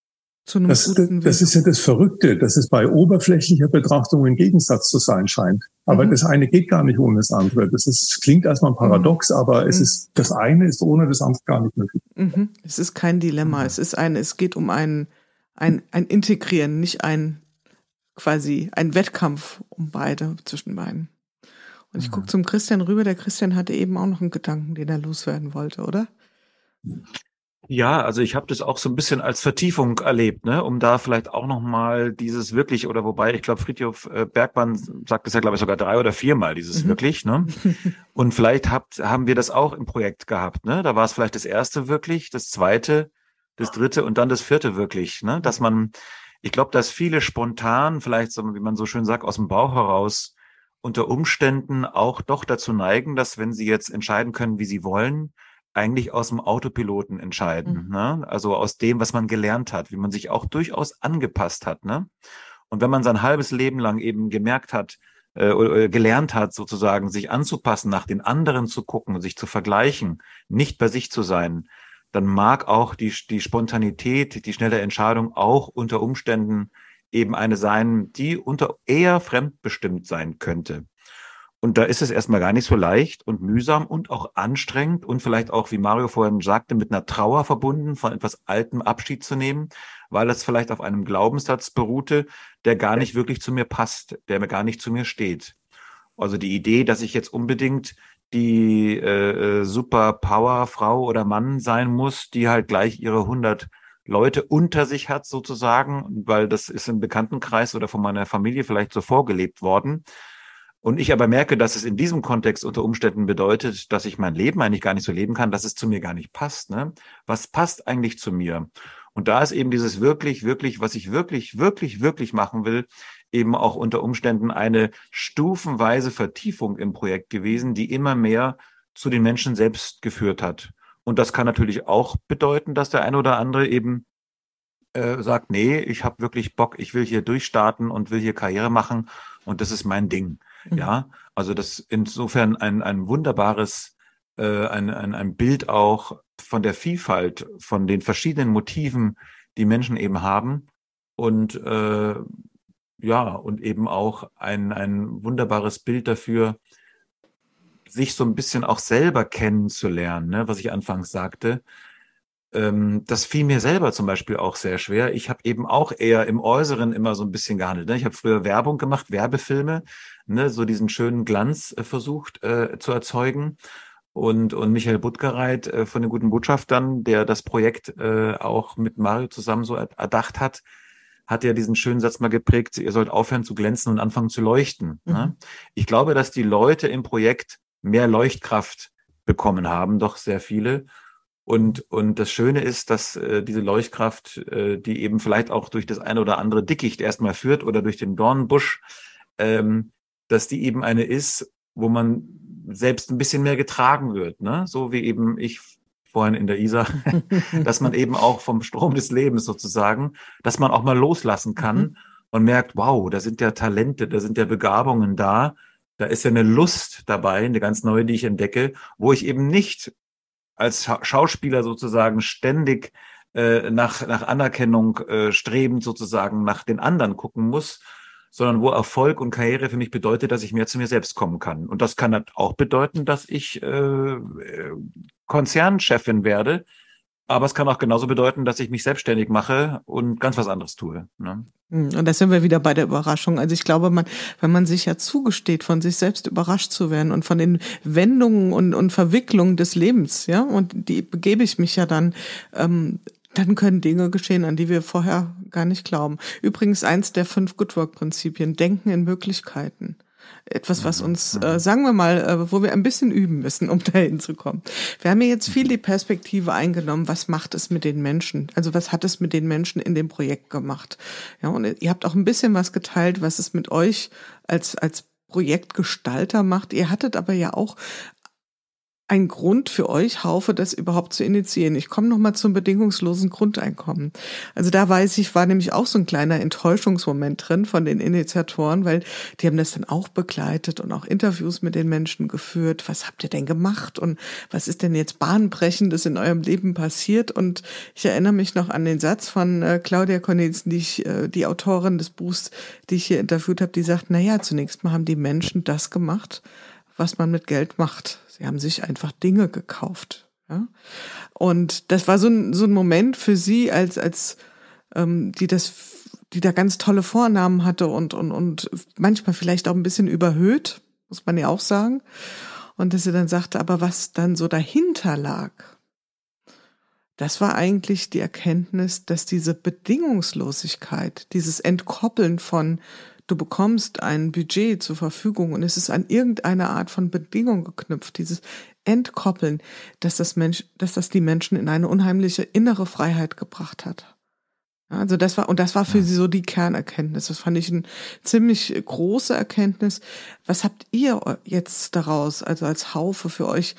zu einem das, guten Weg. Das ist ja das Verrückte, dass es bei oberflächlicher Betrachtung ein Gegensatz zu sein scheint. Aber mhm. das eine geht gar nicht ohne das andere. Das ist klingt erstmal paradox, mhm. aber es mhm. ist das eine ist ohne das andere gar nicht möglich. Mhm. Es ist kein Dilemma. Mhm. Es ist ein es geht um ein ein ein Integrieren, nicht ein quasi ein Wettkampf um beide, zwischen beiden. Und ich mhm. gucke zum Christian rüber. Der Christian hatte eben auch noch einen Gedanken, den er loswerden wollte, oder? Ja, also ich habe das auch so ein bisschen als Vertiefung erlebt, ne, um da vielleicht auch nochmal dieses wirklich, oder wobei, ich glaube, Friedhof äh, Bergmann sagt es ja, glaube ich, sogar drei oder viermal, dieses Mhm. wirklich, ne? Und vielleicht habt, haben wir das auch im Projekt gehabt, ne? Da war es vielleicht das erste wirklich, das zweite, das dritte und dann das vierte wirklich, ne? Dass man, ich glaube, dass viele spontan, vielleicht so, wie man so schön sagt, aus dem Bauch heraus unter Umständen auch doch dazu neigen, dass wenn sie jetzt entscheiden können, wie sie wollen, eigentlich aus dem Autopiloten entscheiden, Mhm. ne? Also aus dem, was man gelernt hat, wie man sich auch durchaus angepasst hat, ne? Und wenn man sein halbes Leben lang eben gemerkt hat, äh, oder gelernt hat, sozusagen, sich anzupassen, nach den anderen zu gucken, sich zu vergleichen, nicht bei sich zu sein, dann mag auch die, die Spontanität, die schnelle Entscheidung auch unter Umständen eben eine sein, die unter eher fremdbestimmt sein könnte. Und da ist es erstmal gar nicht so leicht und mühsam und auch anstrengend und vielleicht auch, wie Mario vorhin sagte, mit einer Trauer verbunden, von etwas Altem Abschied zu nehmen, weil es vielleicht auf einem Glaubenssatz beruhte, der gar nicht wirklich zu mir passt, der mir gar nicht zu mir steht. Also die Idee, dass ich jetzt unbedingt die äh, Superpower-Frau oder Mann sein muss, die halt gleich ihre hundert Leute unter sich hat sozusagen, weil das ist im Bekanntenkreis oder von meiner Familie vielleicht so vorgelebt worden. Und ich aber merke, dass es in diesem Kontext unter Umständen bedeutet, dass ich mein Leben eigentlich gar nicht so leben kann, dass es zu mir gar nicht passt. Ne? Was passt eigentlich zu mir? Und da ist eben dieses wirklich, wirklich, was ich wirklich, wirklich, wirklich machen will, eben auch unter Umständen eine stufenweise Vertiefung im Projekt gewesen, die immer mehr zu den Menschen selbst geführt hat. Und das kann natürlich auch bedeuten, dass der eine oder andere eben äh, sagt, nee, ich habe wirklich Bock, ich will hier durchstarten und will hier Karriere machen und das ist mein Ding. Mhm. Ja, also das insofern ein, ein wunderbares, äh, ein, ein, ein Bild auch von der Vielfalt, von den verschiedenen Motiven, die Menschen eben haben und äh, ja, und eben auch ein, ein wunderbares Bild dafür, sich so ein bisschen auch selber kennenzulernen, ne, was ich anfangs sagte. Ähm, das fiel mir selber zum Beispiel auch sehr schwer. Ich habe eben auch eher im Äußeren immer so ein bisschen gehandelt. Ne? Ich habe früher Werbung gemacht, Werbefilme, ne? So diesen schönen Glanz äh, versucht äh, zu erzeugen. Und, und Michael Buttgereit äh, von den Guten Botschaftern, der das Projekt äh, auch mit Mario zusammen so erdacht hat, hat ja diesen schönen Satz mal geprägt, ihr sollt aufhören zu glänzen und anfangen zu leuchten. Mhm. Ne? Ich glaube, dass die Leute im Projekt mehr Leuchtkraft bekommen haben, doch sehr viele. Und, und das Schöne ist, dass äh, diese Leuchtkraft, äh, die eben vielleicht auch durch das eine oder andere Dickicht erstmal führt oder durch den Dornbusch, ähm, dass die eben eine ist, wo man selbst ein bisschen mehr getragen wird, ne? So wie eben ich vorhin in der Isar, dass man eben auch vom Strom des Lebens sozusagen, dass man auch mal loslassen kann Mhm. und merkt, wow, da sind ja Talente, da sind ja Begabungen da, da ist ja eine Lust dabei, eine ganz neue, die ich entdecke, wo ich eben nicht als Scha Schauspieler sozusagen ständig äh, nach, nach Anerkennung äh, strebend sozusagen nach den anderen gucken muss, sondern wo Erfolg und Karriere für mich bedeutet, dass ich mehr zu mir selbst kommen kann. Und das kann auch bedeuten, dass ich äh, Konzernchefin werde, aber es kann auch genauso bedeuten, dass ich mich selbstständig mache und ganz was anderes tue. Ne? Und da sind wir wieder bei der Überraschung. Also ich glaube, man, wenn man sich ja zugesteht, von sich selbst überrascht zu werden und von den Wendungen und, und Verwicklungen des Lebens, ja, und die begebe ich mich ja dann, ähm, dann können Dinge geschehen, an die wir vorher gar nicht glauben. Übrigens eins der fünf Good Work Prinzipien, Denken in Möglichkeiten. Etwas, was uns, Mhm. äh, sagen wir mal, äh, wo wir ein bisschen üben müssen, um dahin zu kommen. Wir haben ja jetzt viel die Perspektive eingenommen, was macht es mit den Menschen? Also was hat es mit den Menschen in dem Projekt gemacht? Ja, und ihr habt auch ein bisschen was geteilt, was es mit euch als, als Projektgestalter macht. Ihr hattet aber ja auch ein Grund für euch, Haufe, das überhaupt zu initiieren. Ich komme nochmal zum bedingungslosen Grundeinkommen. Also da weiß ich, war nämlich auch so ein kleiner Enttäuschungsmoment drin von den Initiatoren, weil die haben das dann auch begleitet und auch Interviews mit den Menschen geführt. Was habt ihr denn gemacht und was ist denn jetzt Bahnbrechendes in eurem Leben passiert? Und ich erinnere mich noch an den Satz von äh, Claudia Cornelissen, die, ich, äh, die Autorin des Buchs, die ich hier interviewt habe, die sagt, na ja, zunächst mal haben die Menschen das gemacht, was man mit Geld macht. Sie haben sich einfach Dinge gekauft. Ja? Und das war so ein, so ein Moment für sie, als, als ähm, die das, die da ganz tolle Vornamen hatte und, und, und manchmal vielleicht auch ein bisschen überhöht, muss man ja auch sagen. Und dass sie dann sagte, aber was dann so dahinter lag, das war eigentlich die Erkenntnis, dass diese Bedingungslosigkeit, dieses Entkoppeln von, du bekommst ein Budget zur Verfügung und es ist an irgendeine Art von Bedingung geknüpft, dieses Entkoppeln, dass das Mensch, dass das die Menschen in eine unheimliche innere Freiheit gebracht hat. Also das war, und das war für ja. sie so die Kernerkenntnis. Das fand ich eine ziemlich große Erkenntnis. Was habt ihr jetzt daraus, also als Haufe für euch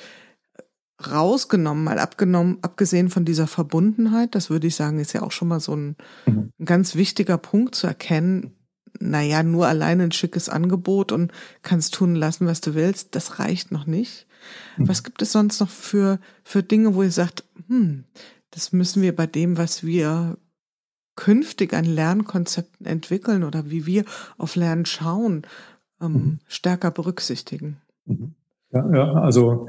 rausgenommen, mal abgenommen, abgesehen von dieser Verbundenheit? Das würde ich sagen, ist ja auch schon mal so ein, mhm. ein ganz wichtiger Punkt zu erkennen. Naja, nur alleine ein schickes Angebot und kannst tun lassen, was du willst, das reicht noch nicht. Mhm. Was gibt es sonst noch für, für Dinge, wo ihr sagt, hm, das müssen wir bei dem, was wir künftig an Lernkonzepten entwickeln oder wie wir auf Lernen schauen, ähm, mhm. stärker berücksichtigen? Ja, ja, also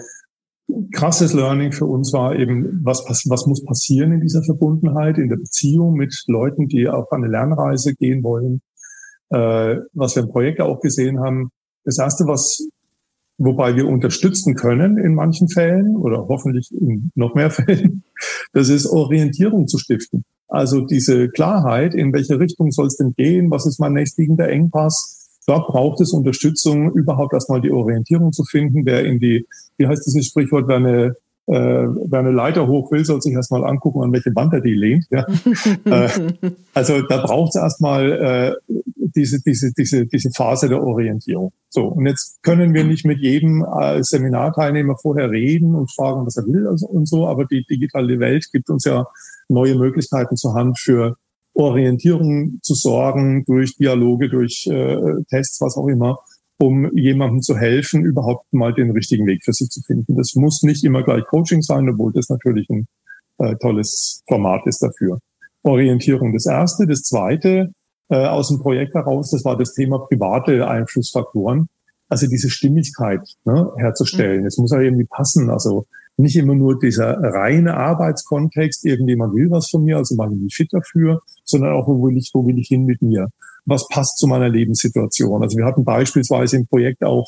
krasses Learning für uns war eben, was, was muss passieren in dieser Verbundenheit, in der Beziehung mit Leuten, die auf eine Lernreise gehen wollen. Äh, was wir im Projekt auch gesehen haben, das Erste, was wobei wir unterstützen können in manchen Fällen oder hoffentlich in noch mehr Fällen, das ist Orientierung zu stiften. Also diese Klarheit, in welche Richtung soll es denn gehen, was ist mein nächstliegender Engpass, dort braucht es Unterstützung, überhaupt erstmal die Orientierung zu finden. Wer in die, wie heißt dieses Sprichwort, wer eine, äh, wer eine Leiter hoch will, soll sich erstmal angucken, an welche Wand er die lehnt. Ja. äh, also da braucht es erstmal äh, diese, diese, diese, diese Phase der Orientierung. So, und jetzt können wir nicht mit jedem als Seminarteilnehmer vorher reden und fragen, was er will also und so, aber die digitale Welt gibt uns ja neue Möglichkeiten zur Hand für Orientierung zu sorgen, durch Dialoge, durch äh, Tests, was auch immer, um jemandem zu helfen, überhaupt mal den richtigen Weg für sich zu finden. Das muss nicht immer gleich Coaching sein, obwohl das natürlich ein äh, tolles Format ist dafür. Orientierung das Erste. Das Zweite, äh, aus dem Projekt heraus, das war das Thema private Einflussfaktoren. Also diese Stimmigkeit ne, herzustellen. Es muss ja irgendwie passen. Also nicht immer nur dieser reine Arbeitskontext, irgendjemand will was von mir, also mache ich mich fit dafür, sondern auch, wo will ich, wo will ich hin mit mir? Was passt zu meiner Lebenssituation? Also wir hatten beispielsweise im Projekt auch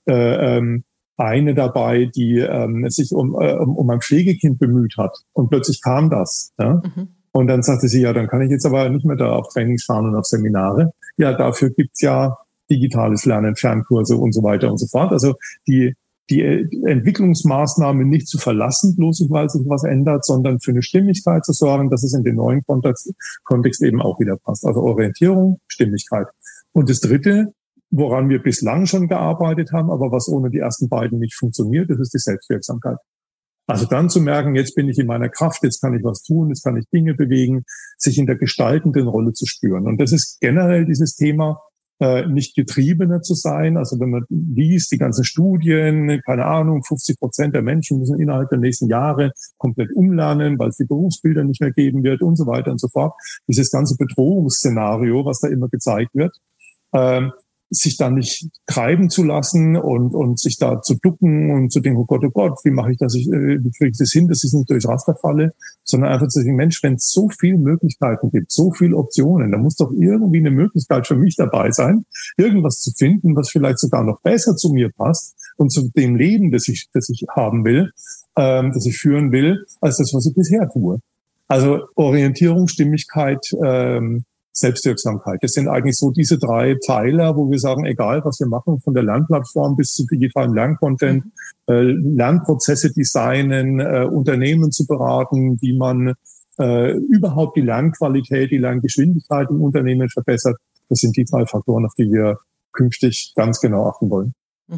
äh, ähm, eine dabei, die ähm, sich um, äh, um, um ein Pflegekind bemüht hat. Und plötzlich kam das. Ja? Mhm. Und dann sagte sie, ja, dann kann ich jetzt aber nicht mehr da auf Trainings fahren und auf Seminare. Ja, dafür gibt's ja digitales Lernen, Fernkurse und so weiter und so fort. Also die die Entwicklungsmaßnahme nicht zu verlassen, bloß weil sich was ändert, sondern für eine Stimmigkeit zu sorgen, dass es in den neuen Kontext, Kontext eben auch wieder passt. Also Orientierung, Stimmigkeit. Und das Dritte, woran wir bislang schon gearbeitet haben, aber was ohne die ersten beiden nicht funktioniert, das ist die Selbstwirksamkeit. Also dann zu merken, jetzt bin ich in meiner Kraft, jetzt kann ich was tun, jetzt kann ich Dinge bewegen, sich in der gestaltenden Rolle zu spüren. Und das ist generell dieses Thema, Äh, nicht getriebener zu sein. Also wenn man liest, die ganzen Studien, keine Ahnung, fünfzig Prozent der Menschen müssen innerhalb der nächsten Jahre komplett umlernen, weil es die Berufsbilder nicht mehr geben wird und so weiter und so fort. Dieses ganze Bedrohungsszenario, was da immer gezeigt wird, ähm, sich da nicht treiben zu lassen und und sich da zu ducken und zu denken, oh Gott, oh Gott, wie mache ich das, ich, äh, wie kriege ich das hin, dass ich nicht durchs Raster falle, sondern einfach zu sagen, Mensch, wenn es so viele Möglichkeiten gibt, so viele Optionen, da muss doch irgendwie eine Möglichkeit für mich dabei sein, irgendwas zu finden, was vielleicht sogar noch besser zu mir passt und zu dem Leben, das ich das ich haben will, ähm, das ich führen will, als das, was ich bisher tue. Also Orientierung, Stimmigkeit, ähm, Selbstwirksamkeit. Das sind eigentlich so diese drei Pfeiler, wo wir sagen, egal was wir machen, von der Lernplattform bis zu digitalem Lerncontent, mhm. äh, Lernprozesse designen, äh, Unternehmen zu beraten, wie man äh, überhaupt die Lernqualität, die Lerngeschwindigkeit im Unternehmen verbessert. Das sind die drei Faktoren, auf die wir künftig ganz genau achten wollen.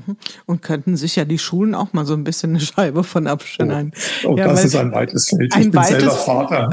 Und könnten sich ja die Schulen auch mal so ein bisschen eine Scheibe von abschneiden. Oh, oh ja, das ist ein weites Feld. Ein ich bin weites, selber Vater.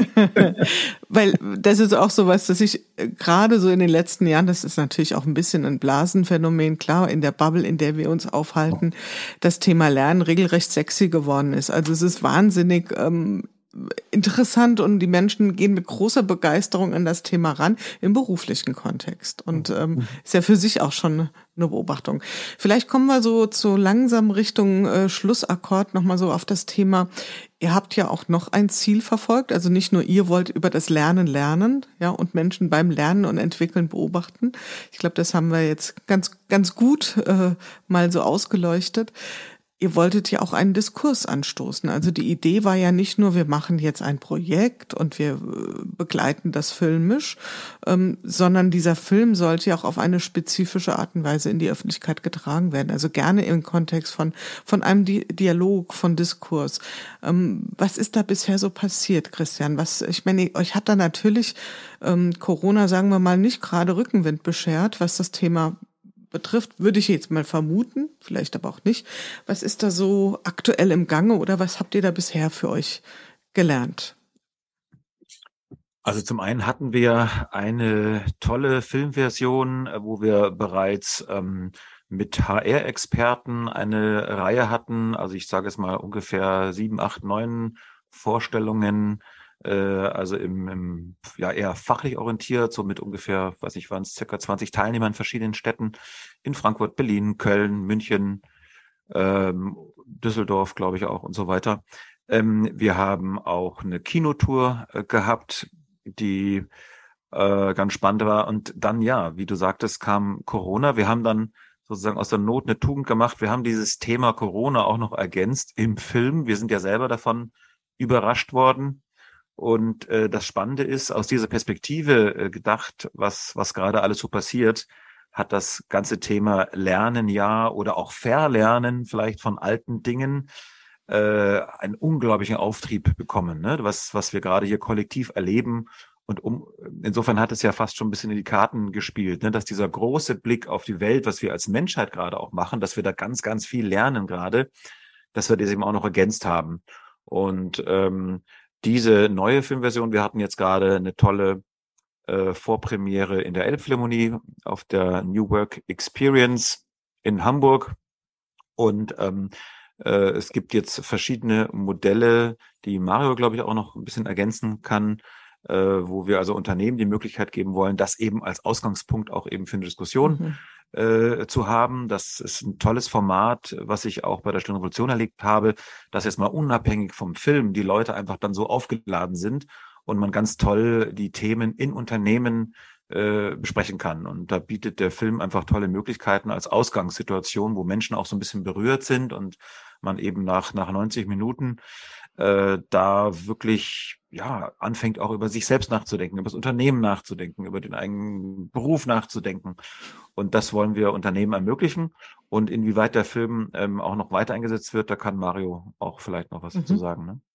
Weil das ist auch sowas, dass ich gerade so in den letzten Jahren, das ist natürlich auch ein bisschen ein Blasenphänomen, klar, in der Bubble, in der wir uns aufhalten, das Thema Lernen regelrecht sexy geworden ist. Also es ist wahnsinnig ähm, interessant und die Menschen gehen mit großer Begeisterung an das Thema ran im beruflichen Kontext und ähm, ist ja für sich auch schon eine Beobachtung. Vielleicht kommen wir so zu langsam Richtung äh, Schlussakkord nochmal so auf das Thema. Ihr habt ja auch noch ein Ziel verfolgt, also nicht nur ihr wollt über das Lernen lernen, ja, und Menschen beim Lernen und Entwickeln beobachten. Ich glaube, das haben wir jetzt ganz ganz gut äh, mal so ausgeleuchtet. ihr wolltet ja auch einen Diskurs anstoßen. Also die Idee war ja nicht nur, wir machen jetzt ein Projekt und wir begleiten das filmisch, ähm, sondern dieser Film sollte ja auch auf eine spezifische Art und Weise in die Öffentlichkeit getragen werden. Also gerne im Kontext von von einem Di- Dialog, von Diskurs. Ähm, was ist da bisher so passiert, Christian? Was, ich meine, euch hat da natürlich ähm, Corona, sagen wir mal, nicht gerade Rückenwind beschert, was das Thema betrifft, würde ich jetzt mal vermuten, vielleicht aber auch nicht. Was ist da so aktuell im Gange oder was habt ihr da bisher für euch gelernt? Also zum einen hatten wir eine tolle Filmversion, wo wir bereits ähm, mit H R-Experten eine Reihe hatten. Also ich sage es mal ungefähr sieben, acht, neun Vorstellungen, äh, also im, im ja eher fachlich orientiert, so mit ungefähr, weiß ich, waren es circa zwanzig Teilnehmern in verschiedenen Städten, in Frankfurt, Berlin, Köln, München, ähm, Düsseldorf, glaube ich auch und so weiter. Ähm, wir haben auch eine Kinotour äh, gehabt, die äh, ganz spannend war. Und dann, ja, wie du sagtest, kam Corona. Wir haben dann sozusagen aus der Not eine Tugend gemacht. Wir haben dieses Thema Corona auch noch ergänzt im Film. Wir sind ja selber davon überrascht worden. Und äh, das Spannende ist, aus dieser Perspektive äh, gedacht, was was gerade alles so passiert, hat das ganze Thema Lernen ja oder auch Verlernen vielleicht von alten Dingen äh, einen unglaublichen Auftrieb bekommen, ne? Was was wir gerade hier kollektiv erleben. Und um insofern hat es ja fast schon ein bisschen in die Karten gespielt, ne? Dass dieser große Blick auf die Welt, was wir als Menschheit gerade auch machen, dass wir da ganz ganz viel lernen gerade, dass wir das eben auch noch ergänzt haben. Und ähm, diese neue Filmversion, wir hatten jetzt gerade eine tolle äh, Vorpremiere in der Elbphilharmonie auf der New Work Experience in Hamburg. Und ähm, äh, es gibt jetzt verschiedene Modelle, die Mario, glaube ich, auch noch ein bisschen ergänzen kann, äh, wo wir also Unternehmen die Möglichkeit geben wollen, das eben als Ausgangspunkt auch eben für eine Diskussion mhm. Äh, zu haben. Das ist ein tolles Format, was ich auch bei der Stillen Revolution erlebt habe, dass jetzt mal unabhängig vom Film die Leute einfach dann so aufgeladen sind und man ganz toll die Themen in Unternehmen äh, besprechen kann. Und da bietet der Film einfach tolle Möglichkeiten als Ausgangssituation, wo Menschen auch so ein bisschen berührt sind und man eben nach nach neunzig Minuten äh, da wirklich ja anfängt auch über sich selbst nachzudenken, über das Unternehmen nachzudenken, über den eigenen Beruf nachzudenken. Und das wollen wir Unternehmen ermöglichen. Und inwieweit der Film ähm, auch noch weiter eingesetzt wird, da kann Mario auch vielleicht noch was mhm. dazu sagen. Ne?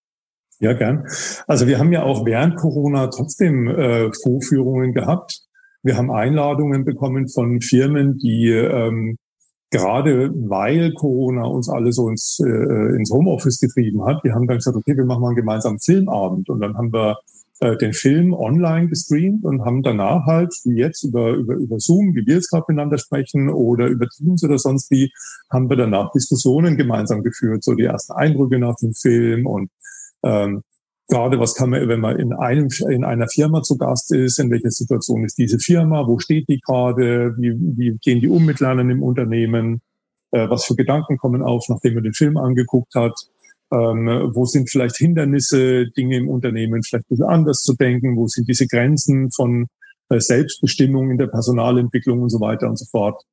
Ja, gern. Also wir haben ja auch während Corona trotzdem äh, Vorführungen gehabt. Wir haben Einladungen bekommen von Firmen, die ähm, gerade weil Corona uns alle so ins, äh, ins Homeoffice getrieben hat, wir haben dann gesagt, okay, wir machen mal einen gemeinsamen Filmabend. Und dann haben wir äh, den Film online gestreamt und haben danach halt, wie jetzt über, über, über Zoom, wie wir jetzt gerade miteinander sprechen, oder über Teams oder sonst wie, haben wir danach Diskussionen gemeinsam geführt, so die ersten Eindrücke nach dem Film und ähm, gerade was kann man, wenn man in einem in einer Firma zu Gast ist, in welcher Situation ist diese Firma, wo steht die gerade, wie, wie gehen die um mit Lernen im Unternehmen, äh, was für Gedanken kommen auf, nachdem man den Film angeguckt hat, ähm, wo sind vielleicht Hindernisse, Dinge im Unternehmen vielleicht ein bisschen anders zu denken, wo sind diese Grenzen von äh, Selbstbestimmung in der Personalentwicklung und so weiter und so fort.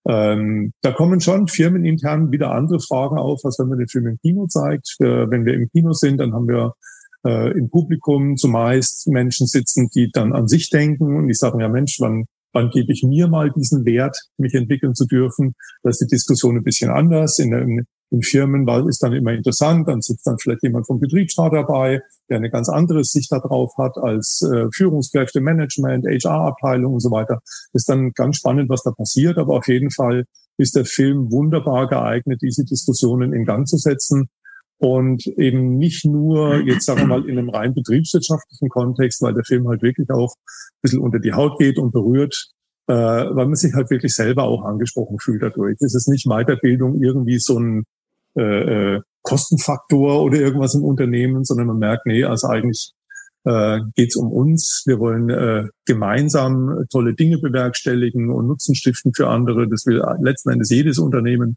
Ähm, da kommen schon firmenintern wieder andere Fragen auf, als wenn man den Film im Kino zeigt. Äh, wenn wir im Kino sind, dann haben wir äh, im Publikum zumeist Menschen sitzen, die dann an sich denken und die sagen, ja Mensch, wann, wann gebe ich mir mal diesen Wert, mich entwickeln zu dürfen? Da ist die Diskussion ein bisschen anders. In, in, in Firmen ist dann immer interessant, dann sitzt dann vielleicht jemand vom Betriebsrat dabei, der eine ganz andere Sicht darauf hat als äh, Führungskräfte, Management, H R-Abteilung und so weiter. Ist dann ganz spannend, was da passiert, aber auf jeden Fall ist der Film wunderbar geeignet, diese Diskussionen in Gang zu setzen und eben nicht nur, jetzt sagen wir mal, in einem rein betriebswirtschaftlichen Kontext, weil der Film halt wirklich auch ein bisschen unter die Haut geht und berührt, äh, weil man sich halt wirklich selber auch angesprochen fühlt dadurch. Es ist nicht Weiterbildung irgendwie so ein äh, Kostenfaktor oder irgendwas im Unternehmen, sondern man merkt, nee, also eigentlich äh, geht es um uns. Wir wollen äh, gemeinsam tolle Dinge bewerkstelligen und Nutzen stiften für andere. Das will letzten Endes jedes Unternehmen.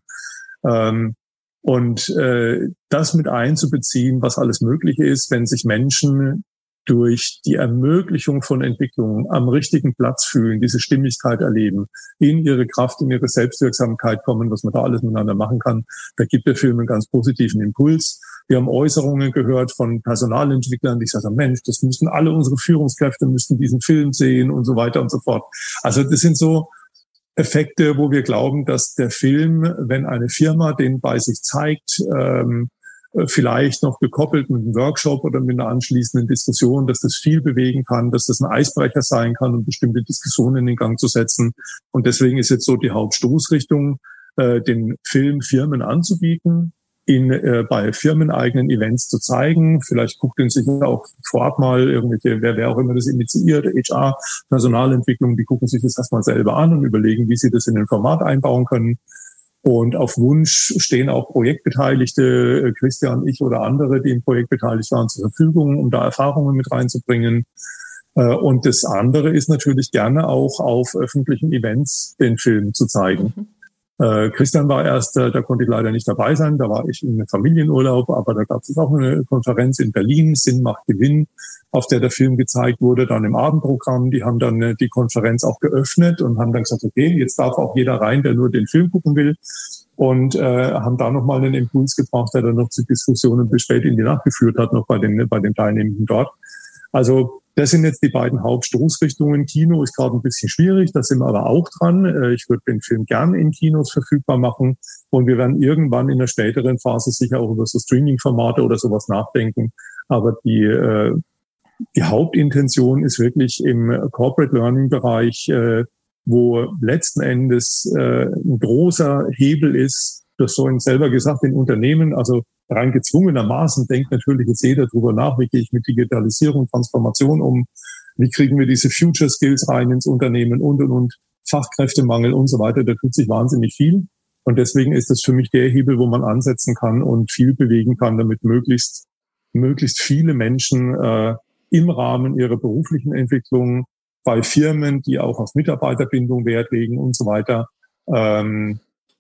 Ähm, und äh, das mit einzubeziehen, was alles möglich ist, wenn sich Menschen durch die Ermöglichung von Entwicklungen am richtigen Platz fühlen, diese Stimmigkeit erleben, in ihre Kraft, in ihre Selbstwirksamkeit kommen, was man da alles miteinander machen kann. Da gibt der Film einen ganz positiven Impuls. Wir haben Äußerungen gehört von Personalentwicklern, die sagen, Mensch, das müssen alle unsere Führungskräfte, müssten diesen Film sehen und so weiter und so fort. Also das sind so Effekte, wo wir glauben, dass der Film, wenn eine Firma den bei sich zeigt, ähm, vielleicht noch gekoppelt mit einem Workshop oder mit einer anschließenden Diskussion, dass das viel bewegen kann, dass das ein Eisbrecher sein kann, um bestimmte Diskussionen in den Gang zu setzen. Und deswegen ist jetzt so die Hauptstoßrichtung, äh, den Film Firmen anzubieten, ihn äh, bei firmeneigenen Events zu zeigen. Vielleicht guckt ihn sich auch vorab mal irgendwelche, wer, wer auch immer das initiiert, H R, Personalentwicklung, die gucken sich das erstmal selber an und überlegen, wie sie das in ein Format einbauen können. Und auf Wunsch stehen auch Projektbeteiligte, Christian, ich oder andere, die im Projekt beteiligt waren, zur Verfügung, um da Erfahrungen mit reinzubringen. Und das andere ist natürlich gerne auch auf öffentlichen Events den Film zu zeigen. Mhm. Christian war erst, da konnte ich leider nicht dabei sein, da war ich in Familienurlaub, aber da gab es auch eine Konferenz in Berlin, Sinn macht Gewinn, auf der der Film gezeigt wurde, dann im Abendprogramm. Die haben dann die Konferenz auch geöffnet und haben dann gesagt, okay, jetzt darf auch jeder rein, der nur den Film gucken will, und äh, haben da nochmal einen Impuls gebracht, der dann noch zu Diskussionen bis spät in die Nacht geführt hat, noch bei den, bei den Teilnehmenden dort. Also das sind jetzt die beiden Hauptstoßrichtungen. Kino ist gerade ein bisschen schwierig, da sind wir aber auch dran. Ich würde den Film gern in Kinos verfügbar machen und wir werden irgendwann in der späteren Phase sicher auch über so Streaming-Formate oder sowas nachdenken. Aber die, die Hauptintention ist wirklich im Corporate Learning-Bereich, wo letzten Endes ein großer Hebel ist, das so selber gesagt, in Unternehmen, also rein gezwungenermaßen denkt natürlich jetzt jeder drüber nach, wie gehe ich mit Digitalisierung, Transformation um, wie kriegen wir diese Future Skills rein ins Unternehmen und, und, und, Fachkräftemangel und so weiter, da tut sich wahnsinnig viel. Und deswegen ist das für mich der Hebel, wo man ansetzen kann und viel bewegen kann, damit möglichst, möglichst viele Menschen äh, im Rahmen ihrer beruflichen Entwicklung bei Firmen, die auch auf Mitarbeiterbindung Wert legen und so weiter, ähm,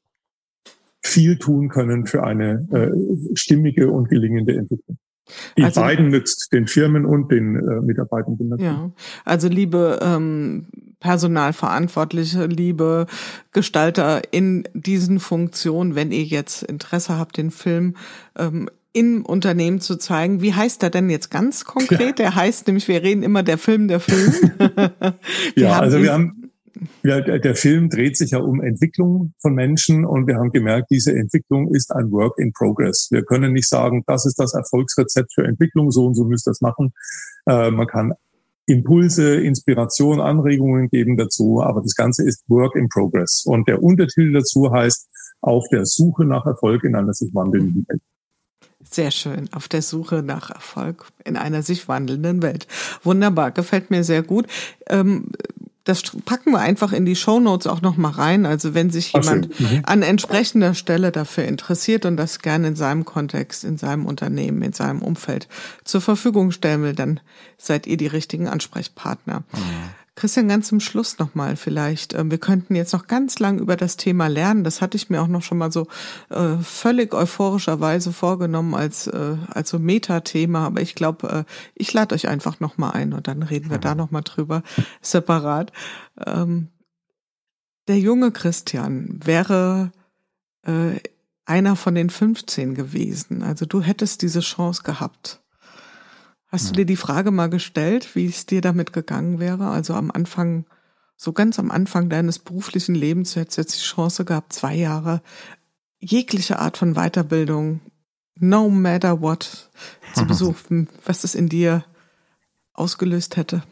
viel tun können für eine äh, stimmige und gelingende Entwicklung. Die also, beiden nützt den Firmen und den äh, Mitarbeitenden. Ja, also liebe ähm, Personalverantwortliche, liebe Gestalter in diesen Funktionen, wenn ihr jetzt Interesse habt, den Film ähm, im Unternehmen zu zeigen. Wie heißt der denn jetzt ganz konkret? Ja. Der heißt nämlich, wir reden immer der Film, der Film. ja, also wir haben Ja, der, der Film dreht sich ja um Entwicklung von Menschen und wir haben gemerkt, diese Entwicklung ist ein Work in Progress. Wir können nicht sagen, das ist das Erfolgsrezept für Entwicklung, so und so müsst ihr das machen. Äh, man kann Impulse, Inspiration, Anregungen geben dazu, aber das Ganze ist Work in Progress. Und der Untertitel dazu heißt, auf der Suche nach Erfolg in einer sich wandelnden Welt. Sehr schön, auf der Suche nach Erfolg in einer sich wandelnden Welt. Wunderbar, gefällt mir sehr gut. Ähm, Das packen wir einfach in die Shownotes auch noch mal rein. Also wenn sich jemand mhm. an entsprechender Stelle dafür interessiert und das gerne in seinem Kontext, in seinem Unternehmen, in seinem Umfeld zur Verfügung stellen will, dann seid ihr die richtigen Ansprechpartner. Mhm. Christian, ganz zum Schluss noch mal vielleicht. Wir könnten jetzt noch ganz lang über das Thema Lernen. Das hatte ich mir auch noch schon mal so äh, völlig euphorischerweise vorgenommen als äh, als so Metathema. Aber ich glaube, äh, ich lade euch einfach noch mal ein und dann reden wir da noch mal drüber separat. Ähm, der junge Christian wäre äh, einer von den fünfzehn gewesen. Also du hättest diese Chance gehabt. Hast du dir die Frage mal gestellt, wie es dir damit gegangen wäre? Also am Anfang, so ganz am Anfang deines beruflichen Lebens, du hättest jetzt die Chance gehabt, zwei Jahre jegliche Art von Weiterbildung, no matter what, zu besuchen, was es in dir ausgelöst hätte.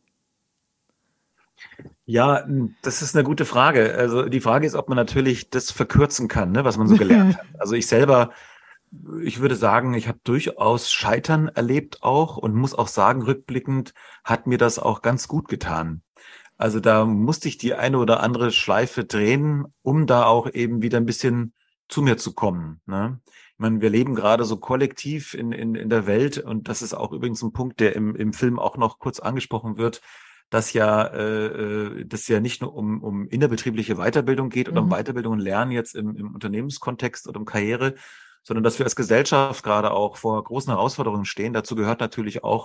Ja, das ist eine gute Frage. Also die Frage ist, ob man natürlich das verkürzen kann, ne, was man so gelernt hat. Also ich selber Ich würde sagen, ich habe durchaus Scheitern erlebt auch und muss auch sagen, rückblickend hat mir das auch ganz gut getan. Also da musste ich die eine oder andere Schleife drehen, um da auch eben wieder ein bisschen zu mir zu kommen. Ne? Ich meine, wir leben gerade so kollektiv in, in, in der Welt und das ist auch übrigens ein Punkt, der im, im Film auch noch kurz angesprochen wird, dass ja äh, das ja nicht nur um, um innerbetriebliche Weiterbildung geht oder mhm. um Weiterbildung und Lernen jetzt im, im Unternehmenskontext oder um Karriere, sondern dass wir als Gesellschaft gerade auch vor großen Herausforderungen stehen. Dazu gehört natürlich auch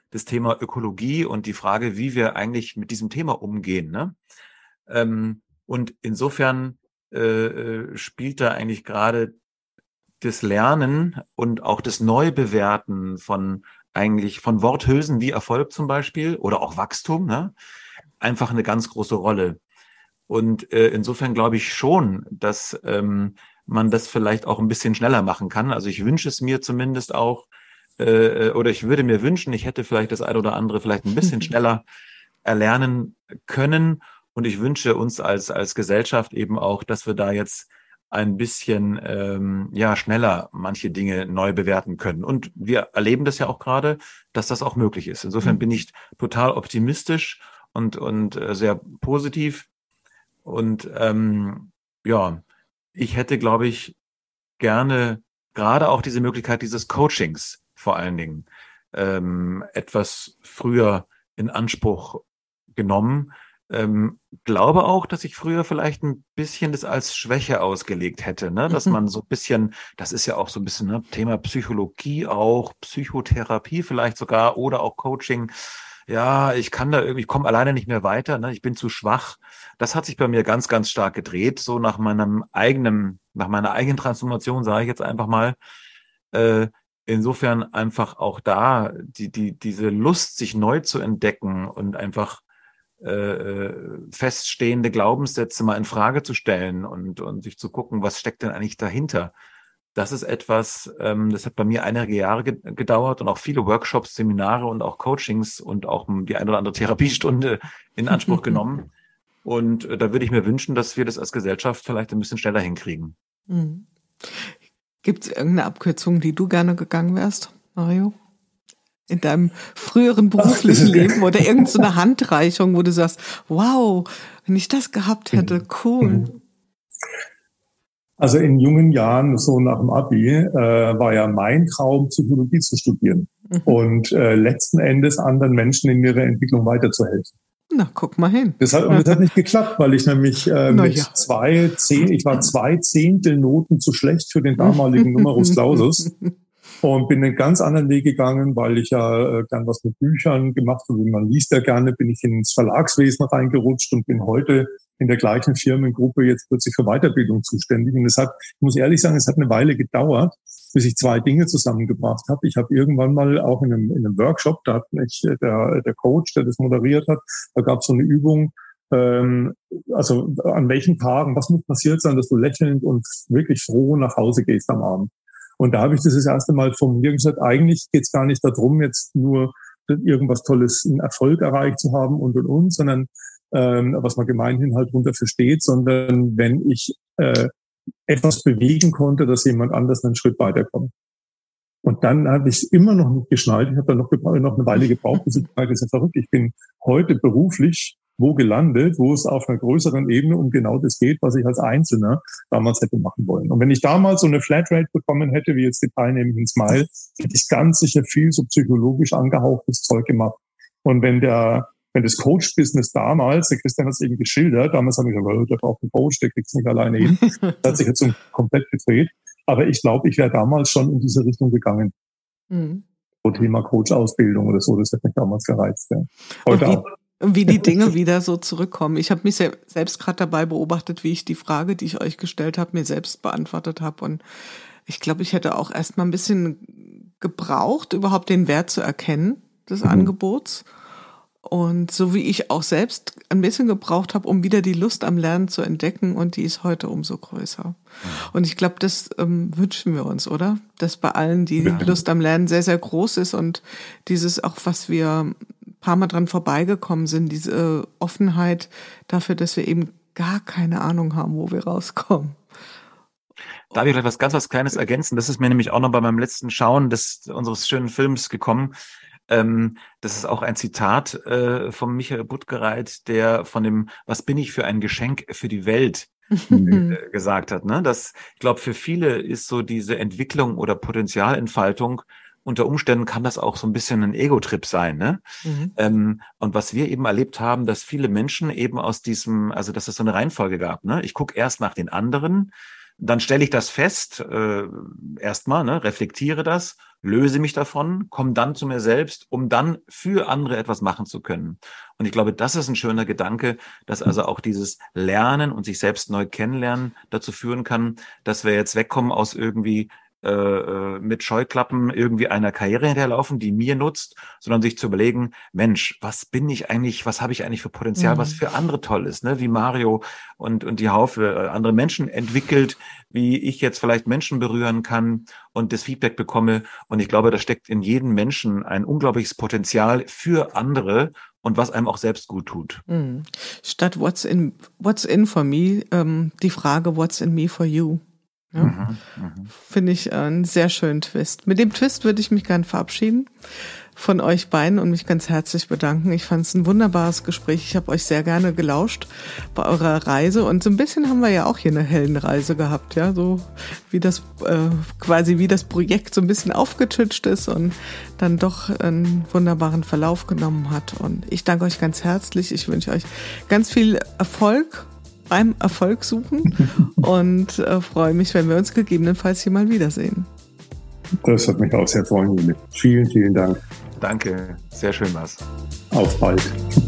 das Thema Ökologie und die Frage, wie wir eigentlich mit diesem Thema umgehen, ne? Ähm, und insofern äh, spielt da eigentlich gerade das Lernen und auch das Neubewerten von eigentlich von Worthülsen wie Erfolg zum Beispiel oder auch Wachstum, ne, einfach eine ganz große Rolle. Und äh, insofern glaube ich schon, dass ähm, man das vielleicht auch ein bisschen schneller machen kann. Also ich wünsche es mir zumindest auch, äh, oder ich würde mir wünschen, ich hätte vielleicht das eine oder andere vielleicht ein bisschen schneller erlernen können. Und ich wünsche uns als als Gesellschaft eben auch, dass wir da jetzt ein bisschen ähm, ja schneller manche Dinge neu bewerten können. Und wir erleben das ja auch gerade, dass das auch möglich ist. Insofern bin ich total optimistisch und und äh, sehr positiv. Und ähm, ja, ich hätte, glaube ich, gerne gerade auch diese Möglichkeit dieses Coachings vor allen Dingen ähm, etwas früher in Anspruch genommen. Ähm, glaube auch, dass ich früher vielleicht ein bisschen das als Schwäche ausgelegt hätte, ne? Dass man so ein bisschen, das ist ja auch so ein bisschen ne, Thema Psychologie auch, Psychotherapie vielleicht sogar oder auch Coaching. Ja, ich kann da irgendwie, ich komme alleine nicht mehr weiter, ne? Ich bin zu schwach. Das hat sich bei mir ganz, ganz stark gedreht, so nach meinem eigenen, nach meiner eigenen Transformation, sage ich jetzt einfach mal. Äh, insofern einfach auch da die, die, diese Lust, sich neu zu entdecken und einfach äh, feststehende Glaubenssätze mal in Frage zu stellen und, und sich zu gucken, was steckt denn eigentlich dahinter. Das ist etwas, ähm, das hat bei mir einige Jahre ge- gedauert und auch viele Workshops, Seminare und auch Coachings und auch die eine oder andere Therapiestunde in Anspruch genommen. Und äh, da würde ich mir wünschen, dass wir das als Gesellschaft vielleicht ein bisschen schneller hinkriegen. Mhm. Gibt es irgendeine Abkürzung, die du gerne gegangen wärst, Mario? In deinem früheren beruflichen Leben oder irgendeine so Handreichung, wo du sagst, wow, wenn ich das gehabt hätte, cool. Also in jungen Jahren, so nach dem Abi, äh, war ja mein Traum, Psychologie zu studieren mhm. und äh, letzten Endes anderen Menschen in ihrer Entwicklung weiterzuhelfen. Na, guck mal hin. Das hat, und das hat nicht geklappt, weil ich nämlich äh, mit ja. zwei, zehn, ich war zwei Zehntelnoten zu schlecht für den damaligen Numerus Clausus. Und bin einen ganz anderen Weg gegangen, weil ich ja äh, gern was mit Büchern gemacht habe. Man liest ja gerne, bin ich ins Verlagswesen reingerutscht und bin heute in der gleichen Firmengruppe jetzt plötzlich für Weiterbildung zuständig. Und es hat, ich muss ehrlich sagen, es hat eine Weile gedauert, bis ich zwei Dinge zusammengebracht habe. Ich habe irgendwann mal auch in einem, in einem Workshop, da hat mich der, der Coach, der das moderiert hat, da gab es so eine Übung, ähm, also an welchen Tagen, was muss passiert sein, dass du lächelnd und wirklich froh nach Hause gehst am Abend. Und da habe ich das das erste Mal formuliert und gesagt, eigentlich geht es gar nicht darum, jetzt nur irgendwas Tolles, einen Erfolg erreicht zu haben und und und, sondern ähm, was man gemeinhin halt drunter versteht, sondern wenn ich äh, etwas bewegen konnte, dass jemand anders einen Schritt weiterkommt. Und dann habe ich immer noch nicht geschnallt, ich habe dann noch, noch eine Weile gebraucht, bis ich gesagt, das ist ja verrückt, ich bin heute beruflich wo gelandet, wo es auf einer größeren Ebene um genau das geht, was ich als Einzelner damals hätte machen wollen. Und wenn ich damals so eine Flatrate bekommen hätte, wie jetzt die Teilnehmer in Smile, hätte ich ganz sicher viel so psychologisch angehauchtes Zeug gemacht. Und wenn der, wenn das Coach-Business damals, der Christian hat es eben geschildert, damals habe ich gesagt, der braucht einen Coach, der kriegt es nicht alleine hin. Das hat sich jetzt so komplett gedreht. Aber ich glaube, ich wäre damals schon in diese Richtung gegangen. Mhm. So Thema Coach-Ausbildung oder so, das hätte mich damals gereizt. Ja. Heute auch. Wie die Dinge wieder so zurückkommen. Ich habe mich selbst gerade dabei beobachtet, wie ich die Frage, die ich euch gestellt habe, mir selbst beantwortet habe. Und ich glaube, ich hätte auch erst mal ein bisschen gebraucht, überhaupt den Wert zu erkennen des mhm. Angebots. Und so wie ich auch selbst ein bisschen gebraucht habe, um wieder die Lust am Lernen zu entdecken. Und die ist heute umso größer. Mhm. Und ich glaube, das ähm, wünschen wir uns, oder? Dass bei allen die ja. Lust am Lernen sehr, sehr groß ist. Und dieses auch, was wir paar Mal dran vorbeigekommen sind, diese Offenheit dafür, dass wir eben gar keine Ahnung haben, wo wir rauskommen. Darf ich vielleicht was ganz was Kleines ergänzen? Das ist mir nämlich auch noch bei meinem letzten Schauen des unseres schönen Films gekommen. Ähm, das ist auch ein Zitat äh, von Michael Buttgereit, der von dem "Was bin ich für ein Geschenk für die Welt" äh, gesagt hat. Ne? Das, ich glaube, für viele ist so diese Entwicklung oder Potenzialentfaltung, unter Umständen kann das auch so ein bisschen ein Ego-Trip sein, ne? Mhm. Ähm, und was wir eben erlebt haben, dass viele Menschen eben aus diesem, also dass es so eine Reihenfolge gab, ne? Ich gucke erst nach den anderen, dann stelle ich das fest, äh, erstmal, ne, reflektiere das, löse mich davon, komme dann zu mir selbst, um dann für andere etwas machen zu können. Und ich glaube, das ist ein schöner Gedanke, dass also auch dieses Lernen und sich selbst neu kennenlernen dazu führen kann, dass wir jetzt wegkommen aus irgendwie äh, mit Scheuklappen irgendwie einer Karriere hinterlaufen, die mir nutzt, sondern sich zu überlegen, Mensch, was bin ich eigentlich, was habe ich eigentlich für Potenzial, mhm. was für andere toll ist, ne? Wie Mario und, und die Haufe andere Menschen entwickelt, wie ich jetzt vielleicht Menschen berühren kann und das Feedback bekomme. Und ich glaube, da steckt in jedem Menschen ein unglaubliches Potenzial für andere und was einem auch selbst gut tut. Mhm. Statt what's in, what's in for me, ähm, die Frage, what's in me for you? Ja. Mhm, mh. Finde ich einen sehr schönen Twist. Mit dem Twist würde ich mich gerne verabschieden von euch beiden und mich ganz herzlich bedanken. Ich fand es ein wunderbares Gespräch. Ich habe euch sehr gerne gelauscht bei eurer Reise und so ein bisschen haben wir ja auch hier eine Heldenreise gehabt, ja, so wie das äh, quasi wie das Projekt so ein bisschen aufgetitscht ist und dann doch einen wunderbaren Verlauf genommen hat. Und ich danke euch ganz herzlich. Ich wünsche euch ganz viel Erfolg beim Erfolg suchen und äh, freue mich, wenn wir uns gegebenenfalls hier mal wiedersehen. Das hat mich auch sehr freuen, Jule. Vielen, vielen Dank. Danke, sehr schön war's. Auf bald.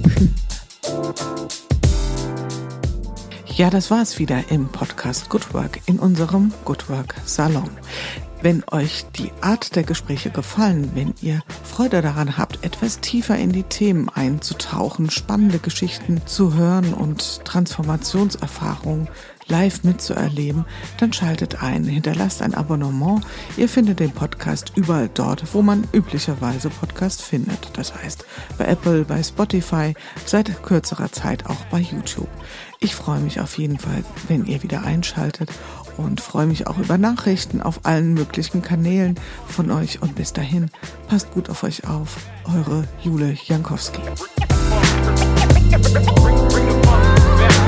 Ja, das war's wieder im Podcast Good Work in unserem Good Work Salon. Wenn euch die Art der Gespräche gefallen, wenn ihr Freude daran habt, etwas tiefer in die Themen einzutauchen, spannende Geschichten zu hören und Transformationserfahrungen live mitzuerleben, dann schaltet ein, hinterlasst ein Abonnement. Ihr findet den Podcast überall dort, wo man üblicherweise Podcast findet. Das heißt bei Apple, bei Spotify, seit kürzerer Zeit auch bei YouTube. Ich freue mich auf jeden Fall, wenn ihr wieder einschaltet und freue mich auch über Nachrichten auf allen möglichen Kanälen von euch. Und bis dahin, passt gut auf euch auf. Eure Jule Jankowski. Bring, bring